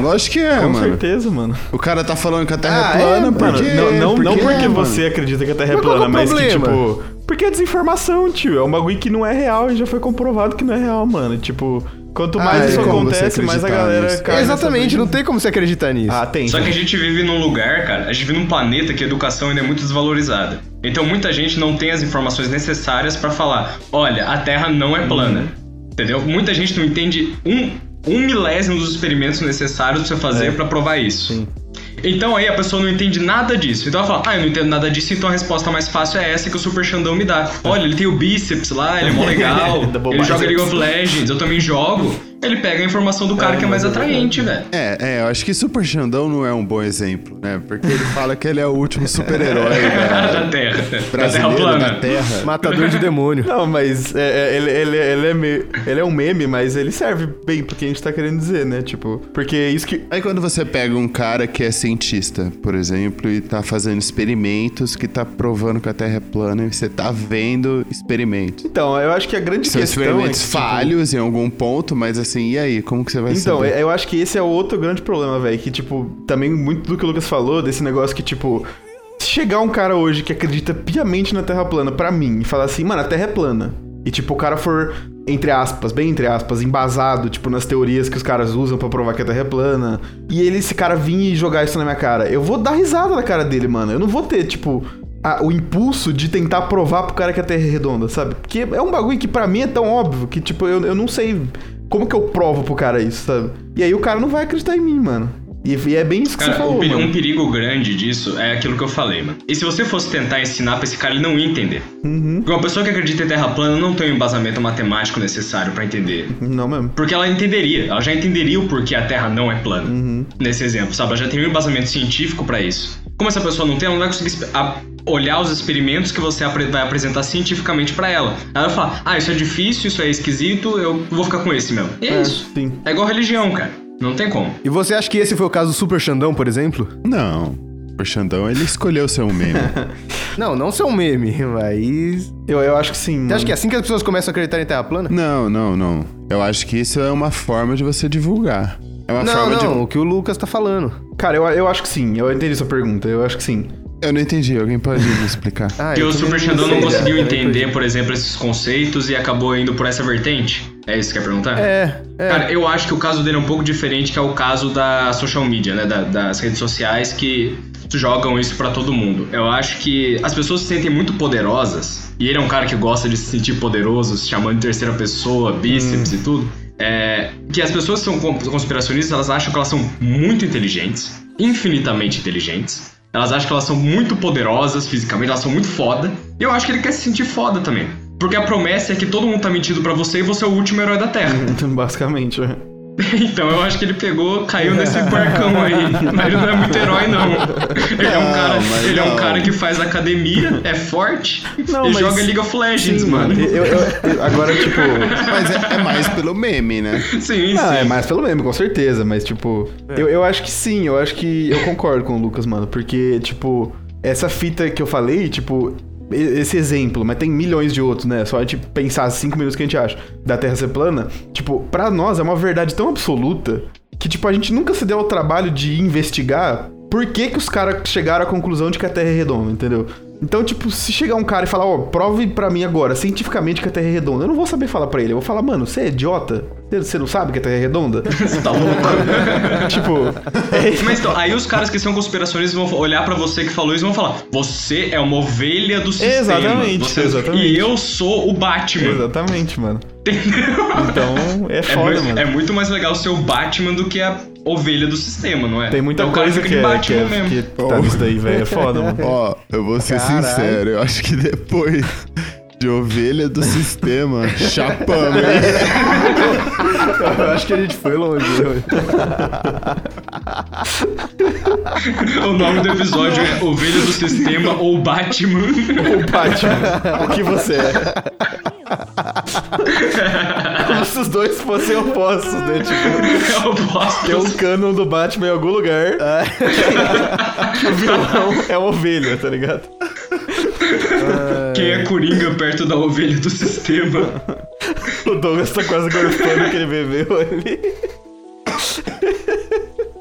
Lógico que é, Com mano. certeza, mano. O cara tá falando que a Terra Ah, é plana, é, Mano, porque... não, não, porque não porque é, você mano. acredita que a Terra é Mas qual plana, que é o mas que, problema? tipo... Porque é desinformação, tio. É um bagulho que não é real e já foi comprovado que não é real, mano. Tipo, quanto mais Ah, isso é como você acontece, mais a acreditar galera nisso. cai nessa Exatamente, brisa. não tem como você acreditar nisso. Ah, tem. Só que a gente vive num lugar, cara, a gente vive num planeta que a educação ainda é muito desvalorizada. Então muita gente não tem as informações necessárias pra falar, olha, a Terra não é plana. Entendeu? Muita gente não entende um, um milésimo dos experimentos necessários pra você fazer É. pra provar isso. Sim. Então aí a pessoa não entende nada disso. Então ela fala, ah, eu não entendo nada disso, então a resposta mais fácil é essa que o Super Xandão me dá. Olha, ele tem o bíceps lá, ele é mó legal, Double ele joga biceps. League of Legends, eu também jogo. Ele pega a informação do cara É, que é mais mas é atraente, velho. É, é, eu acho que Super Xandão não é um bom exemplo, né? Porque ele fala que ele é o último super-herói da da... Terra. Da Terra brasileiro plana. da Terra. Matador de demônio. Não, mas é, é, ele, ele, ele, é me- ele é um meme, mas ele serve bem pro que a gente tá querendo dizer, né? Tipo, porque é isso que... Aí quando você pega um cara que é cientista, por exemplo, e tá fazendo experimentos que tá provando que a Terra é plana e você tá vendo experimentos. Então, eu acho que a grande São questão experimentos é que, tipo, falhos em algum ponto, mas assim, e aí? Como que você vai Então, saber? eu acho que esse é outro grande problema, velho. Que, tipo, também muito do que o Lucas falou, desse negócio que, tipo, se chegar um cara hoje que acredita piamente na Terra plana pra mim e falar assim, mano, a Terra é plana. E, tipo, o cara for, entre aspas, bem entre aspas, embasado, tipo, nas teorias que os caras usam pra provar que a Terra é plana. E ele, esse cara vir e jogar isso na minha cara. Eu vou dar risada na cara dele, mano. Eu não vou ter, tipo, a- o impulso de tentar provar pro cara que a Terra é redonda, sabe? Porque é um bagulho que pra mim é tão óbvio que, tipo, eu, eu não sei como que eu provo pro cara isso, sabe? E aí o cara não vai acreditar em mim, mano. E, e é bem isso que Cara, você falou, o peri- mano. um perigo grande disso é aquilo que eu falei, mano. E se você fosse tentar ensinar pra esse cara, ele não ia entender. Uhum. Porque uma pessoa que acredita em terra plana não tem o embasamento matemático necessário pra entender. Não mesmo. Porque ela entenderia, ela já entenderia o porquê a Terra não é plana. Uhum. Nesse exemplo, sabe? Ela já tem um embasamento científico pra isso. Como essa pessoa não tem, ela não vai conseguir espe- a- olhar os experimentos que você apre- vai apresentar cientificamente pra ela. Ela vai falar, ah, isso é difícil, isso é esquisito, eu vou ficar com esse mesmo. E é, É, isso. sim. É igual religião, cara. Não tem como. E você acha que esse foi o caso do Super Xandão, por exemplo? Não. O Xandão, ele escolheu ser um meme. Não, não ser um meme, mas... Eu, eu acho que sim, Você mano. acha que é assim que as pessoas começam a acreditar em Terra plana? Não, não, não. Eu acho que isso é uma forma de você divulgar. É uma Não, forma não, o que o Lucas tá falando. Cara, eu, eu acho que sim. Eu entendi sua pergunta. Eu acho que sim. de... Eu não entendi, alguém pode me explicar? Ah, Porque eu o também Super Xandão sei, não já. conseguiu Peraí, entender, peraí. por exemplo, esses conceitos e acabou indo por essa vertente? É isso que quer perguntar? É, é. Cara, eu acho que o caso dele é um pouco diferente, que é o caso da social media, né? Da- das redes sociais que jogam isso pra todo mundo. Eu acho que as pessoas se sentem muito poderosas, e ele é um cara que gosta de se sentir poderoso, se chamando de terceira pessoa, bíceps e tudo. É, que as pessoas que são con- conspiracionistas, elas acham que elas são muito inteligentes, infinitamente inteligentes. Elas acham que elas são muito poderosas fisicamente, elas são muito foda. E eu acho que ele quer se sentir foda também. Porque a promessa é que todo mundo tá mentindo pra você e você é o último herói da Terra. Basicamente. é. Então eu acho que ele pegou, caiu nesse barcão aí. Mas ele não é muito herói, não. Ele é um Não, cara, mas ele é um não. cara que faz academia, é forte Não, e mas- joga League of Legends, Sim, mano. Eu, eu- eu- agora, tipo... Mas é, é mais pelo meme, né? Sim, Não, sim. é mais pelo meme, com certeza. Mas, tipo... Eu, eu acho que sim. Eu acho que... Eu concordo com o Lucas, mano. Porque, tipo... Essa fita que eu falei, tipo... e- Esse exemplo, mas tem milhões de outros, né? Só a gente pensar cinco minutos que a gente acha da Terra ser plana. Tipo, pra nós é uma verdade tão absoluta que, tipo, a gente nunca se deu ao trabalho de investigar por que que os caras chegaram à conclusão de que a Terra é redonda, entendeu? Então, tipo, se chegar um cara e falar, ó, prove pra mim agora, cientificamente, que a Terra é redonda, eu não vou saber falar pra ele. Eu vou falar, mano, você é idiota? Você- Você não sabe que a Terra é redonda? Você tá louco. Tipo, é, Mas então, aí os caras que são conspiracionistas vão olhar pra você que falou isso e vão falar: você é uma ovelha do sistema. Exatamente, Você- exatamente. E eu sou o Batman. exatamente, mano. Entendeu? Então, é É, foda, mu- mano. é muito mais legal ser o Batman do que a ovelha do sistema, não é? Tem muita então, o cara coisa fica que de é, Batman que, é, mesmo. que tá nisso daí, velho. É foda, mano. Ó, eu vou ser Caralho. sincero, eu acho que depois de ovelha do sistema, chapamos, hein? Eu acho que a gente foi longe. né? O nome do episódio é Ovelha do Sistema ou Batman. O Batman, o que você é? Como se os dois fossem opostos, né? Tipo, Eu posso. tem um canon do Batman em algum lugar. Que o vilão é uma ovelha, tá ligado? Quem é Coringa perto da ovelha do sistema? O Douglas tá quase gorfando que ele bebeu ali.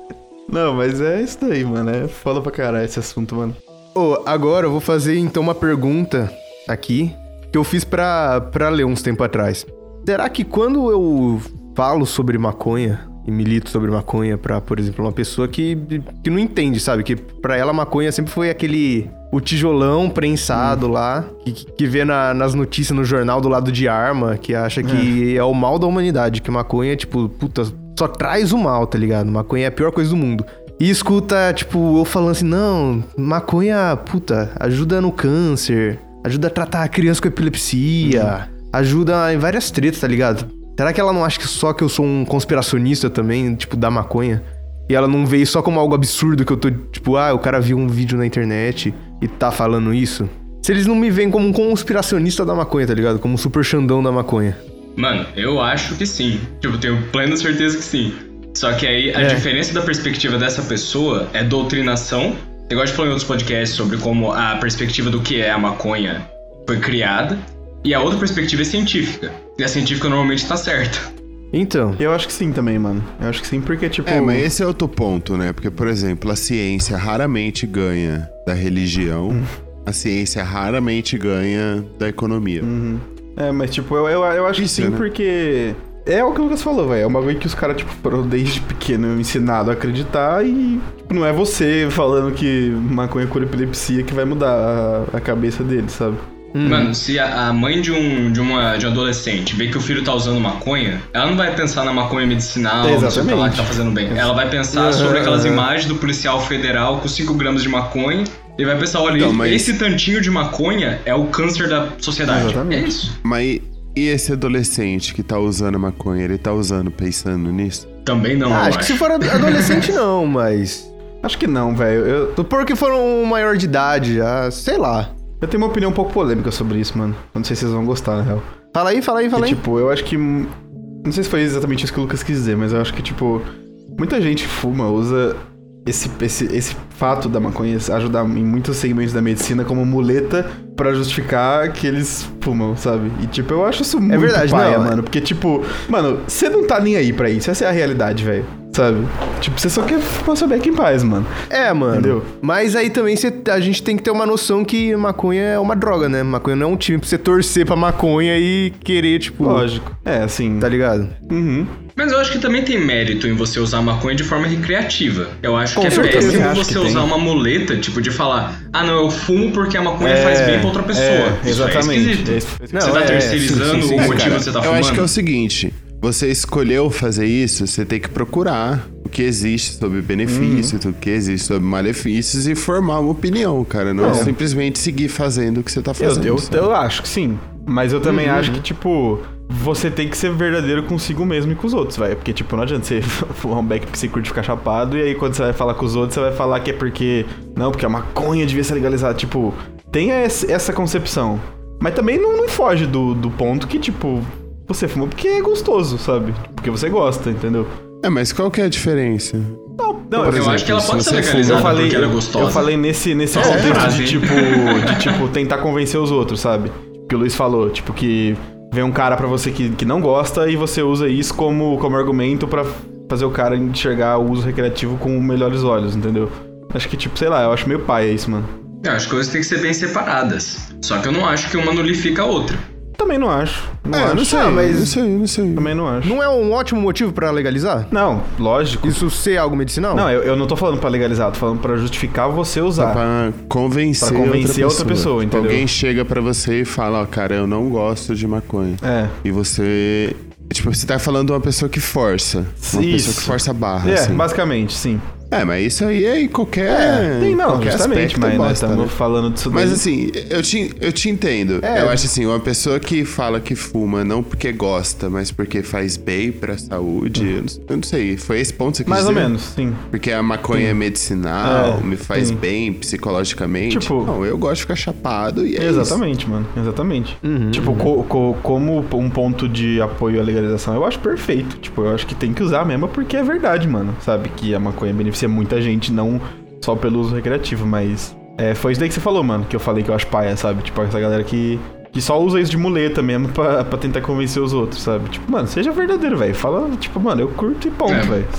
Não, mas é isso daí, mano. É foda pra caralho esse assunto, mano. Ô, agora eu vou fazer então uma pergunta aqui que eu fiz pra, pra ler uns tempo atrás. Será que quando eu falo sobre maconha e milito sobre maconha pra, por exemplo, uma pessoa que, que não entende, sabe? Que pra ela maconha sempre foi aquele... o tijolão prensado hum. lá, que, que vê na, nas notícias no jornal do lado de arma, que acha que é. é o mal da humanidade, que maconha, tipo, puta, só traz o mal, tá ligado? Maconha é a pior coisa do mundo. E escuta, tipo, eu falando assim, não, maconha, puta, ajuda no câncer, ajuda a tratar a criança com epilepsia, hum. ajuda em várias tretas, tá ligado? Será que ela não acha que só que eu sou um conspiracionista também, tipo, da maconha? E ela não vê isso só como algo absurdo que eu tô, tipo, ah, o cara viu um vídeo na internet e tá falando isso? Se eles não me veem como um conspiracionista da maconha, tá ligado? Como um super xandão da maconha. Mano, eu acho que sim. Tipo, tenho plena certeza que sim. Só que aí a é. diferença da perspectiva dessa pessoa é doutrinação. Eu gosto de falar em outros podcasts sobre como a perspectiva do que é a maconha foi criada. E a outra perspectiva é científica. E a científica normalmente tá certa. Então. Eu acho que sim também, mano. Eu acho que sim, porque, tipo... É, mas esse é outro ponto, né? Porque, por exemplo, a ciência raramente ganha da religião. Hum. A ciência raramente ganha da economia. Uhum. É, mas, tipo, eu, eu, eu acho Isso, que sim, né? porque... É o que o Lucas falou, velho. É uma coisa que os caras, tipo, foram desde pequeno ensinados a acreditar e... Tipo, não é você falando que maconha cura epilepsia que vai mudar a, a cabeça dele, sabe? Hum. Mano, se a, a mãe de um, de, uma, de um adolescente vê que o filho tá usando maconha, ela não vai pensar na maconha medicinal, é, não sei o que lá que tá fazendo bem. Ela vai pensar uhum. sobre aquelas imagens do policial federal com cinco gramas de maconha e vai pensar, olha, então, mas... esse tantinho de maconha é o câncer da sociedade. Exatamente. É isso. Mas e esse adolescente que tá usando maconha, ele tá usando pensando nisso? Também não, ah, eu acho. que se for adolescente não, mas... Acho que não, velho. Eu... Supor que foram maior de idade já, sei lá. Eu tenho uma opinião um pouco polêmica sobre isso, mano. Eu não sei se vocês vão gostar, na real. Fala aí, fala aí, fala que, aí. Tipo, eu acho que... Não sei se foi exatamente isso que o Lucas quis dizer, mas eu acho que, tipo... Muita gente fuma, usa esse, esse, esse fato da maconha ajudar em muitos segmentos da medicina como muleta pra justificar que eles fumam, sabe? E, tipo, eu acho isso muito é verdade, paia, não, mano. Porque, tipo... Mano, você não tá nem aí pra isso. Essa é a realidade, velho. Sabe? Tipo, você só quer passar back em paz, mano. É, mano. Entendeu? Mas aí também cê, a gente tem que ter uma noção que maconha é uma droga, né? Maconha não é um time pra você torcer pra maconha e querer, tipo... Lógico. É, assim... Tá ligado? Uhum. Mas eu acho que também tem mérito em você usar maconha de forma recreativa. Eu acho Com que certeza, é péssimo você usar tem. uma muleta, tipo, de falar, ah, não, eu fumo porque a maconha é, faz bem pra outra pessoa. É, Isso exatamente. é esquisito. É, não, você tá é, terceirizando sim, sim, sim, o é, motivo cara, que você tá eu fumando. Eu acho que é o seguinte... Você escolheu fazer isso, você tem que procurar o que existe sobre benefícios, uhum. o que existe sobre malefícios e formar uma opinião, cara. Não é. simplesmente seguir fazendo o que você tá fazendo. Eu, eu, eu acho que sim. Mas eu também uhum. acho que, tipo, você tem que ser verdadeiro consigo mesmo e com os outros, velho. Porque, tipo, não adianta você fumar um beck porque você curte ficar chapado e aí quando você vai falar com os outros, você vai falar que é porque... Não, porque a maconha devia ser legalizada. Tipo, tem essa concepção. Mas também não, não foge do, do ponto que, tipo... Você fuma porque é gostoso, sabe? Porque você gosta, entendeu? É, mas qual que é a diferença? Não, não eu exemplo, acho que ela pode ser legalizada eu falei, porque ela é gostosa. Eu falei nesse, nesse é, contexto é, de, tipo, de, tipo, tentar convencer os outros, sabe? Que o Luiz falou, tipo, que vem um cara pra você que, que não gosta e você usa isso como, como argumento pra fazer o cara enxergar o uso recreativo com melhores olhos, entendeu? Acho que, tipo, sei lá, eu acho meio paia isso, mano. Eu acho que coisas têm que ser bem separadas. Só que eu não acho que uma nulifica a outra. Também não acho. Não é, acho. não sei, mas... Não sei, não sei. Também não acho. Não é um ótimo motivo pra legalizar? Não, lógico. Isso ser algo medicinal? Não, eu, eu não tô falando pra legalizar, tô falando pra justificar você usar. Pra convencer, pra convencer outra, outra pessoa, pessoa, entendeu? Alguém chega pra você e fala, ó, cara, eu não gosto de maconha. É. E você... Tipo, você tá falando de uma pessoa que força. Uma isso. pessoa que força a barra, É, assim. basicamente, sim. É, mas isso aí é em qualquer... É, sim, não, qualquer justamente, mas nós estamos né? falando disso daí. Mas assim, eu te, eu te entendo. É. Eu acho assim, uma pessoa que fala que fuma não porque gosta, mas porque faz bem pra saúde, hum. eu, não, eu não sei, foi esse ponto que você quis Mais dizer? ou menos, sim. Porque a maconha sim. é medicinal, é, me faz sim. bem psicologicamente. Tipo, não, eu gosto de ficar chapado e é Exatamente, isso. mano, exatamente. Uhum, tipo, uhum. Co, co, como um ponto de apoio à legalização, eu acho perfeito. Tipo, eu acho que tem que usar mesmo porque é verdade, mano. Sabe, que a maconha beneficia muita gente, não só pelo uso recreativo, mas... É, foi isso daí que você falou, mano, que eu falei que eu acho paia, sabe? Tipo, essa galera que, que só usa isso de muleta mesmo pra, pra tentar convencer os outros, sabe? Tipo, mano, seja verdadeiro, velho. Fala, tipo, mano, eu curto e ponto, é. velho, sabe?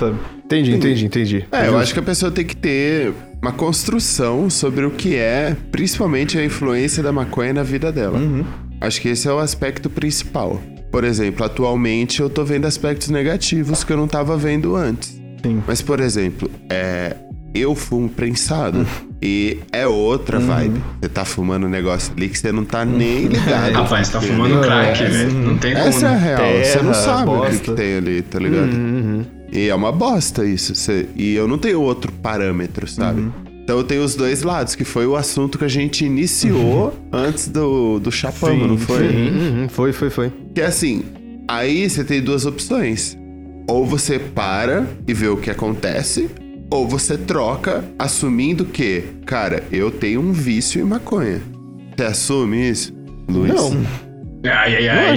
Entendi, entendi, entendi. É, eu acho que a pessoa tem que ter uma construção sobre o que é, principalmente a influência da maconha na vida dela. Uhum. Acho que esse é o aspecto principal. Por exemplo, atualmente eu tô vendo aspectos negativos que eu não tava vendo antes. Sim. Mas, por exemplo, é, eu fumo prensado e é outra Uhum. vibe. Você tá fumando um negócio ali que você não tá nem ligado. Rapaz, você tá fumando crack, velho. Não tem como. Essa é a real. Você não Terra, sabe o que, bosta. que tem ali, tá ligado? Uhum. E é uma bosta isso. Você- E eu não tenho outro parâmetro, sabe? Uhum. Então eu tenho os dois lados, que foi o assunto que a gente iniciou antes do, do Chapama, Sim, não foi? Uhum, foi, foi, foi. Que é assim, aí você tem duas opções. Ou você para e vê o que acontece, ou você troca assumindo que, cara, eu tenho um vício em maconha. Você assume isso, Luiz? Não. Ai, ai, ai.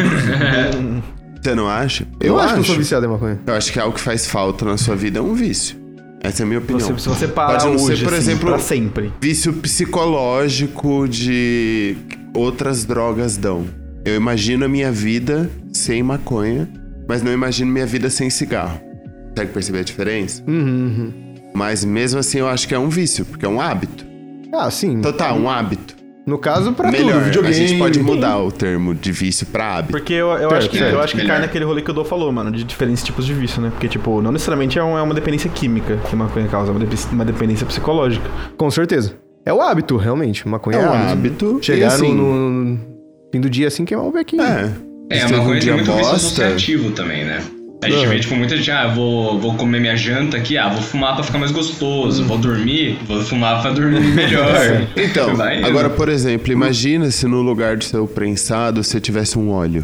Você não acha? Eu, acho que eu sou viciado em maconha. Eu acho que algo que faz falta na sua vida é um vício. Essa é a minha opinião. Você, se você parar Pode não hoje, ser, por assim, exemplo, pra sempre. vício psicológico de outras drogas dão. Eu imagino a minha vida sem maconha, mas não imagino minha vida sem cigarro. Consegue perceber a diferença? Uhum, uhum. Mas mesmo assim eu acho que é um vício, porque é um hábito. Ah, sim. Então tá, um hábito. No caso, pra Melhor, tudo, videogame. a gente pode mudar o termo de vício pra hábito. Porque eu, eu Certo, acho que, certo. eu acho que cai Melhor. naquele rolê que o Dô falou, mano, de diferentes tipos de vício, né? Porque, tipo, não necessariamente é, um- é uma dependência química que a maconha causa, é uma, depe- uma dependência psicológica. Com certeza. É o hábito, realmente. Maconha É é, um hábito. hábito. Chegar e assim, no, no fim do dia assim, queimar um bequinho. É. É, a Se teve um maconha tem dia muito vício bosta, associativo também, né? A gente Uhum. vê, tipo, muita gente, ah, vou, vou comer minha janta aqui, ah, vou fumar pra ficar mais gostoso, vou dormir, vou fumar pra dormir melhor. Então, Vai indo. agora, por exemplo, imagina se no lugar do seu prensado você tivesse um óleo,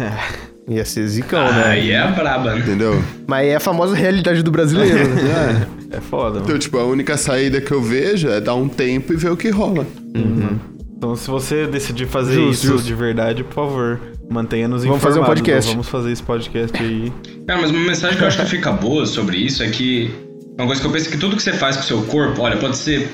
Ia ser zicão, né? Aí é a braba, né? entendeu? Mas é a famosa realidade do brasileiro, né? É foda, mano. Então, tipo, a única saída que eu vejo é dar um tempo e ver o que rola. Então, se você decidir fazer Justo, isso justo. de verdade, por favor, mantenha-nos Vamos informados. fazer um né? podcast. Vamos fazer esse podcast aí. Cara, mas uma mensagem que eu acho que fica boa sobre isso é que uma coisa que eu penso é que tudo que você faz com o seu corpo, olha, pode ser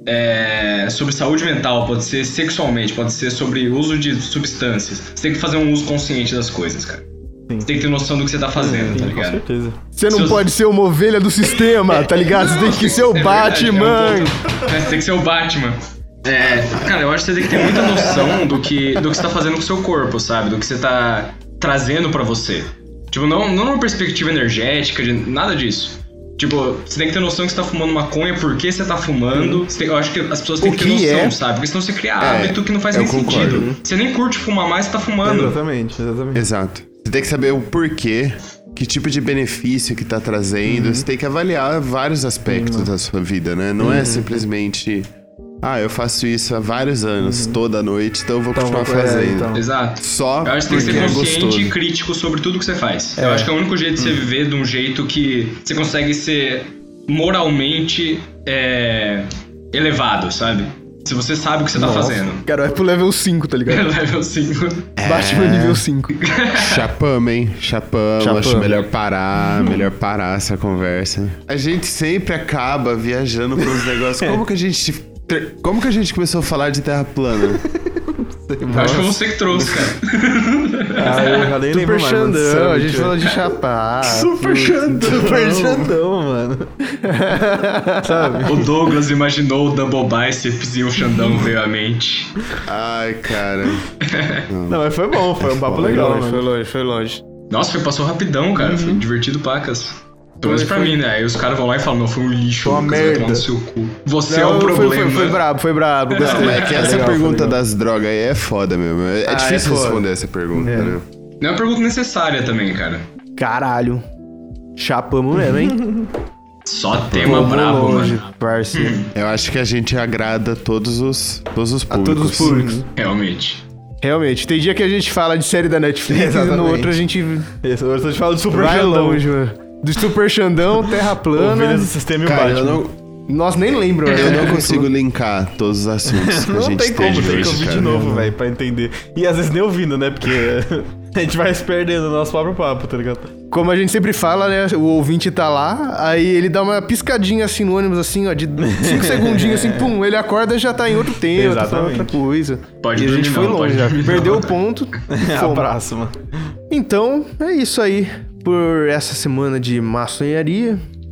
é, sobre saúde mental, pode ser sexualmente, pode ser sobre uso de substâncias. Você tem que fazer um uso consciente das coisas, cara. Sim. Você tem que ter noção do que você tá fazendo, tá Sim, com ligado? certeza. Você não Se eu- pode ser uma ovelha do sistema, tá ligado? Você tem que ser o É verdade, é um Batman. ponto. É, você tem que ser o Batman. É, cara, eu acho que você tem que ter muita noção do que, do que você tá fazendo com o seu corpo, sabe? Do que você tá trazendo pra você. Tipo, não, não numa perspectiva energética, de nada disso. Tipo, você tem que ter noção que você tá fumando maconha, por que você tá fumando. Você tem- eu acho que as pessoas têm O que ter que noção, é? sabe? Porque senão você cria É, hábito que não faz eu nem concordo. sentido. Você nem curte fumar mais, você tá fumando. Exatamente, exatamente. Exato. Você tem que saber o porquê, que tipo de benefício que tá trazendo. Você tem que avaliar vários aspectos da sua vida, né? Não é simplesmente, ah, eu faço isso há vários anos, toda noite, então eu vou continuar vou- é, fazendo. então. Exato. Só Eu acho que tem que porque ser é consciente gostoso. e crítico sobre tudo que você faz. Eu acho que é o único jeito de você viver de um jeito que você consegue ser moralmente é, elevado, sabe? Se você sabe o que você tá fazendo. Cara, vai pro level cinco, tá ligado? Level cinco. Batman nível cinco. Chapamos, hein? Chapamos. Chapamos. Acho melhor parar, melhor parar essa conversa. A gente sempre acaba viajando pra uns negócios. Como que a gente... ter- Como que a gente começou a falar de terra plana? Eu acho que foi você que trouxe, cara. Ah, eu já nem lembro Super mais, mano, Xandão, a gente sinceramente. falou de chapar. Super Xandão. Super Xandão, mano. Sabe? O Douglas imaginou o Double Biceps e o Xandão veio à mente. Ai, cara. Não, mas foi bom, foi um papo Foi legal, longe, foi mano. longe, foi longe. Nossa, foi, passou rapidão, cara. Foi divertido pacas. Pelo menos pra mim, né? Aí os caras vão lá e falam, não, foi um lixo, Foi uma Lucas, vai tomar merda. no seu cu. Você é Não, o foi, problema. foi, foi brabo, foi brabo. Gostei. Não, é que essa Legal, foi pergunta legal. das drogas aí é foda mesmo. É, é Ah, difícil é foda. responder essa pergunta, É. né? Não é uma pergunta necessária também, cara. Caralho. Chapamos mesmo, hein? Só tema Vamos brabo, longe, mano. parceiro. Eu acho que a gente agrada todos os, todos os A públicos. todos os públicos. Realmente. Realmente, tem dia que a gente fala de série da Netflix e Exatamente. no outro a gente Esse, hoje a gente fala de Super vai Xandão. longe, mano. Do Super Xandão, Terra Plana. Ovelhas do Sistema e o Cara, eu Batman. não, Nós nem lembro, né? eu não consigo linkar todos os assuntos que a Não gente tem como, teve tem que hoje, ouvir cara. de novo, velho, pra entender. E às vezes nem ouvindo, né? Porque a gente vai se perdendo no nosso próprio papo, tá ligado? Como a gente sempre fala, né? O ouvinte tá lá, aí ele dá uma piscadinha assim no ônibus, assim, ó, de cinco segundinhos, assim, pum, ele acorda e já tá em outro tema, tá falando outra Exatamente. coisa. Pode e a dormir gente foi não, longe pode já. dormir Perdeu não. o ponto. e A fomos. próxima. Então, é isso aí por essa semana de maçonharia.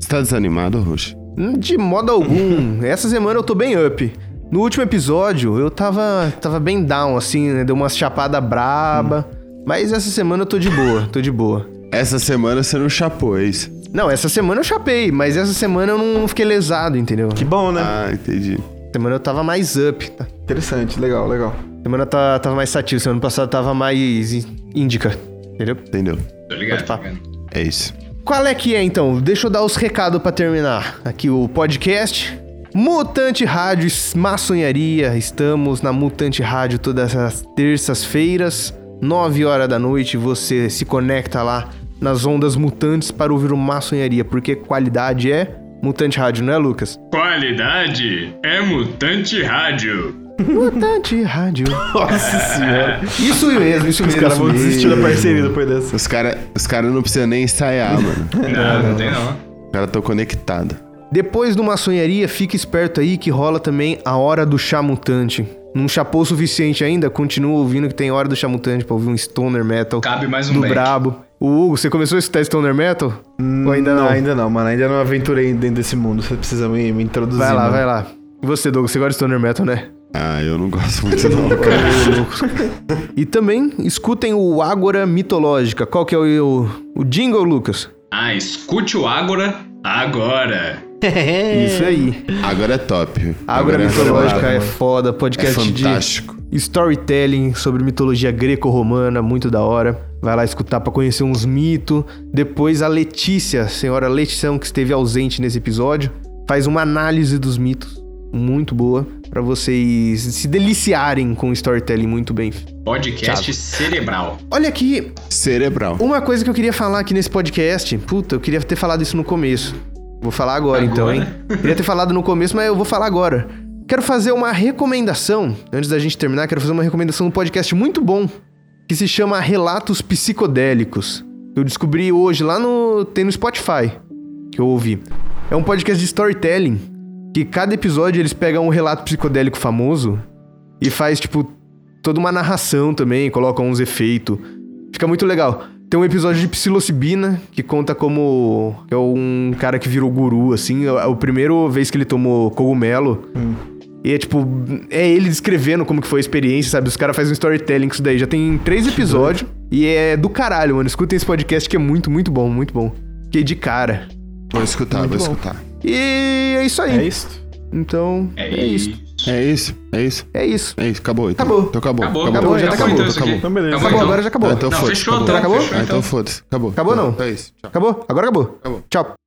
Você tá desanimado, Roxo? De modo algum. Essa semana eu tô bem up. No último episódio, eu tava, tava bem down, assim, né? Deu umas chapada braba. Hum. Mas essa semana eu tô de boa, tô de boa. Essa semana você não chapou, é isso? Não, essa semana eu chapei, mas essa semana eu não fiquei lesado, entendeu? Que bom, né? Ah, entendi. Essa semana eu tava mais up, tá? Interessante, legal, legal. Semana tá, tava mais sativo, semana passada tava mais índica, entendeu? Entendeu? Tô ligado, tô ligado. É isso. Qual é que é, então? Deixa eu dar os recados pra terminar. Aqui o podcast Mutante Rádio Maçonharia. Estamos na Mutante Rádio todas as terças-feiras, nove horas da noite. Você se conecta lá nas ondas mutantes para ouvir o Maçonharia, porque qualidade é Mutante Rádio, não é, Lucas? Qualidade é Mutante Rádio. Mutante Rádio. Nossa senhora. Isso mesmo, isso mesmo. Os caras vão desistir da parceria depois dessa. Os caras os cara não precisam nem ensaiar, mano. Não, não tem não. Os caras tão conectados. Depois do Maçonharia, fique esperto aí que rola também a Hora do Chá Mutante. Não chapou o suficiente ainda? Continua ouvindo que tem Hora do Chá Mutante pra ouvir um Stoner Metal. Cabe mais um do back. brabo. O Hugo, você começou a escutar Stoner Metal? Hum, Ou ainda não? Ainda não, mano. Ainda não aventurei dentro desse mundo. Você precisa me, me introduzir. Vai lá, mano. vai lá. E você, Douglas, você gosta de Stoner Metal, né? Ah, eu não gosto muito não, cara. E também escutem o Ágora Mitológica. Qual que é o, o, o jingle, Lucas? Ah, escute o Ágora agora. Isso aí. Agora é top. Ágora Agora Mitológica é é foda. Podcast É fantástico. de storytelling sobre mitologia greco-romana. Muito da hora. Vai lá escutar pra conhecer uns mitos. Depois a Letícia, a senhora Letícia, que esteve ausente nesse episódio, faz uma análise dos mitos. Muito boa. Pra vocês se deliciarem com storytelling muito bem. Podcast Tchau. cerebral. Olha aqui, Cerebral. uma coisa que eu queria falar aqui nesse podcast. Puta, eu queria ter falado isso no começo. Vou falar agora, Agora? então, hein? Queria ter falado no começo, mas eu vou falar agora. Quero fazer uma recomendação. Antes da gente terminar, quero fazer uma recomendação de um podcast muito bom, que se chama Relatos Psicodélicos. Eu descobri hoje lá no... Tem no Spotify, que eu ouvi. É um podcast de storytelling, que cada episódio eles pegam um relato psicodélico famoso e faz, tipo, toda uma narração também, colocam uns efeitos. Fica muito legal. Tem um episódio de psilocibina, que conta como... É um cara que virou guru, assim. É a primeira vez que ele tomou cogumelo. Hum. E é, tipo... É ele descrevendo como que foi a experiência, sabe? Os caras fazem um storytelling com isso daí. Já tem três episódios. E é do caralho, mano. Escutem esse podcast que é muito, muito bom. Muito bom. Fiquei de cara. Vou escutar, Muito vou bom. escutar. E é isso aí. É isso? Então, É, é isso. É isso, é isso. É isso. É isso, acabou. Então. Acabou. Então acabou. Acabou, acabou, já acabou, acabou, então isso aqui. Então beleza. Acabou, agora já acabou. Ah, então Não, foda-se. fechou, acabou. então. Acabou? Fechou, Ah, então. então foda-se. Acabou. Acabou, não? Então é isso. Tchau. Acabou? Agora acabou. Acabou. Tchau.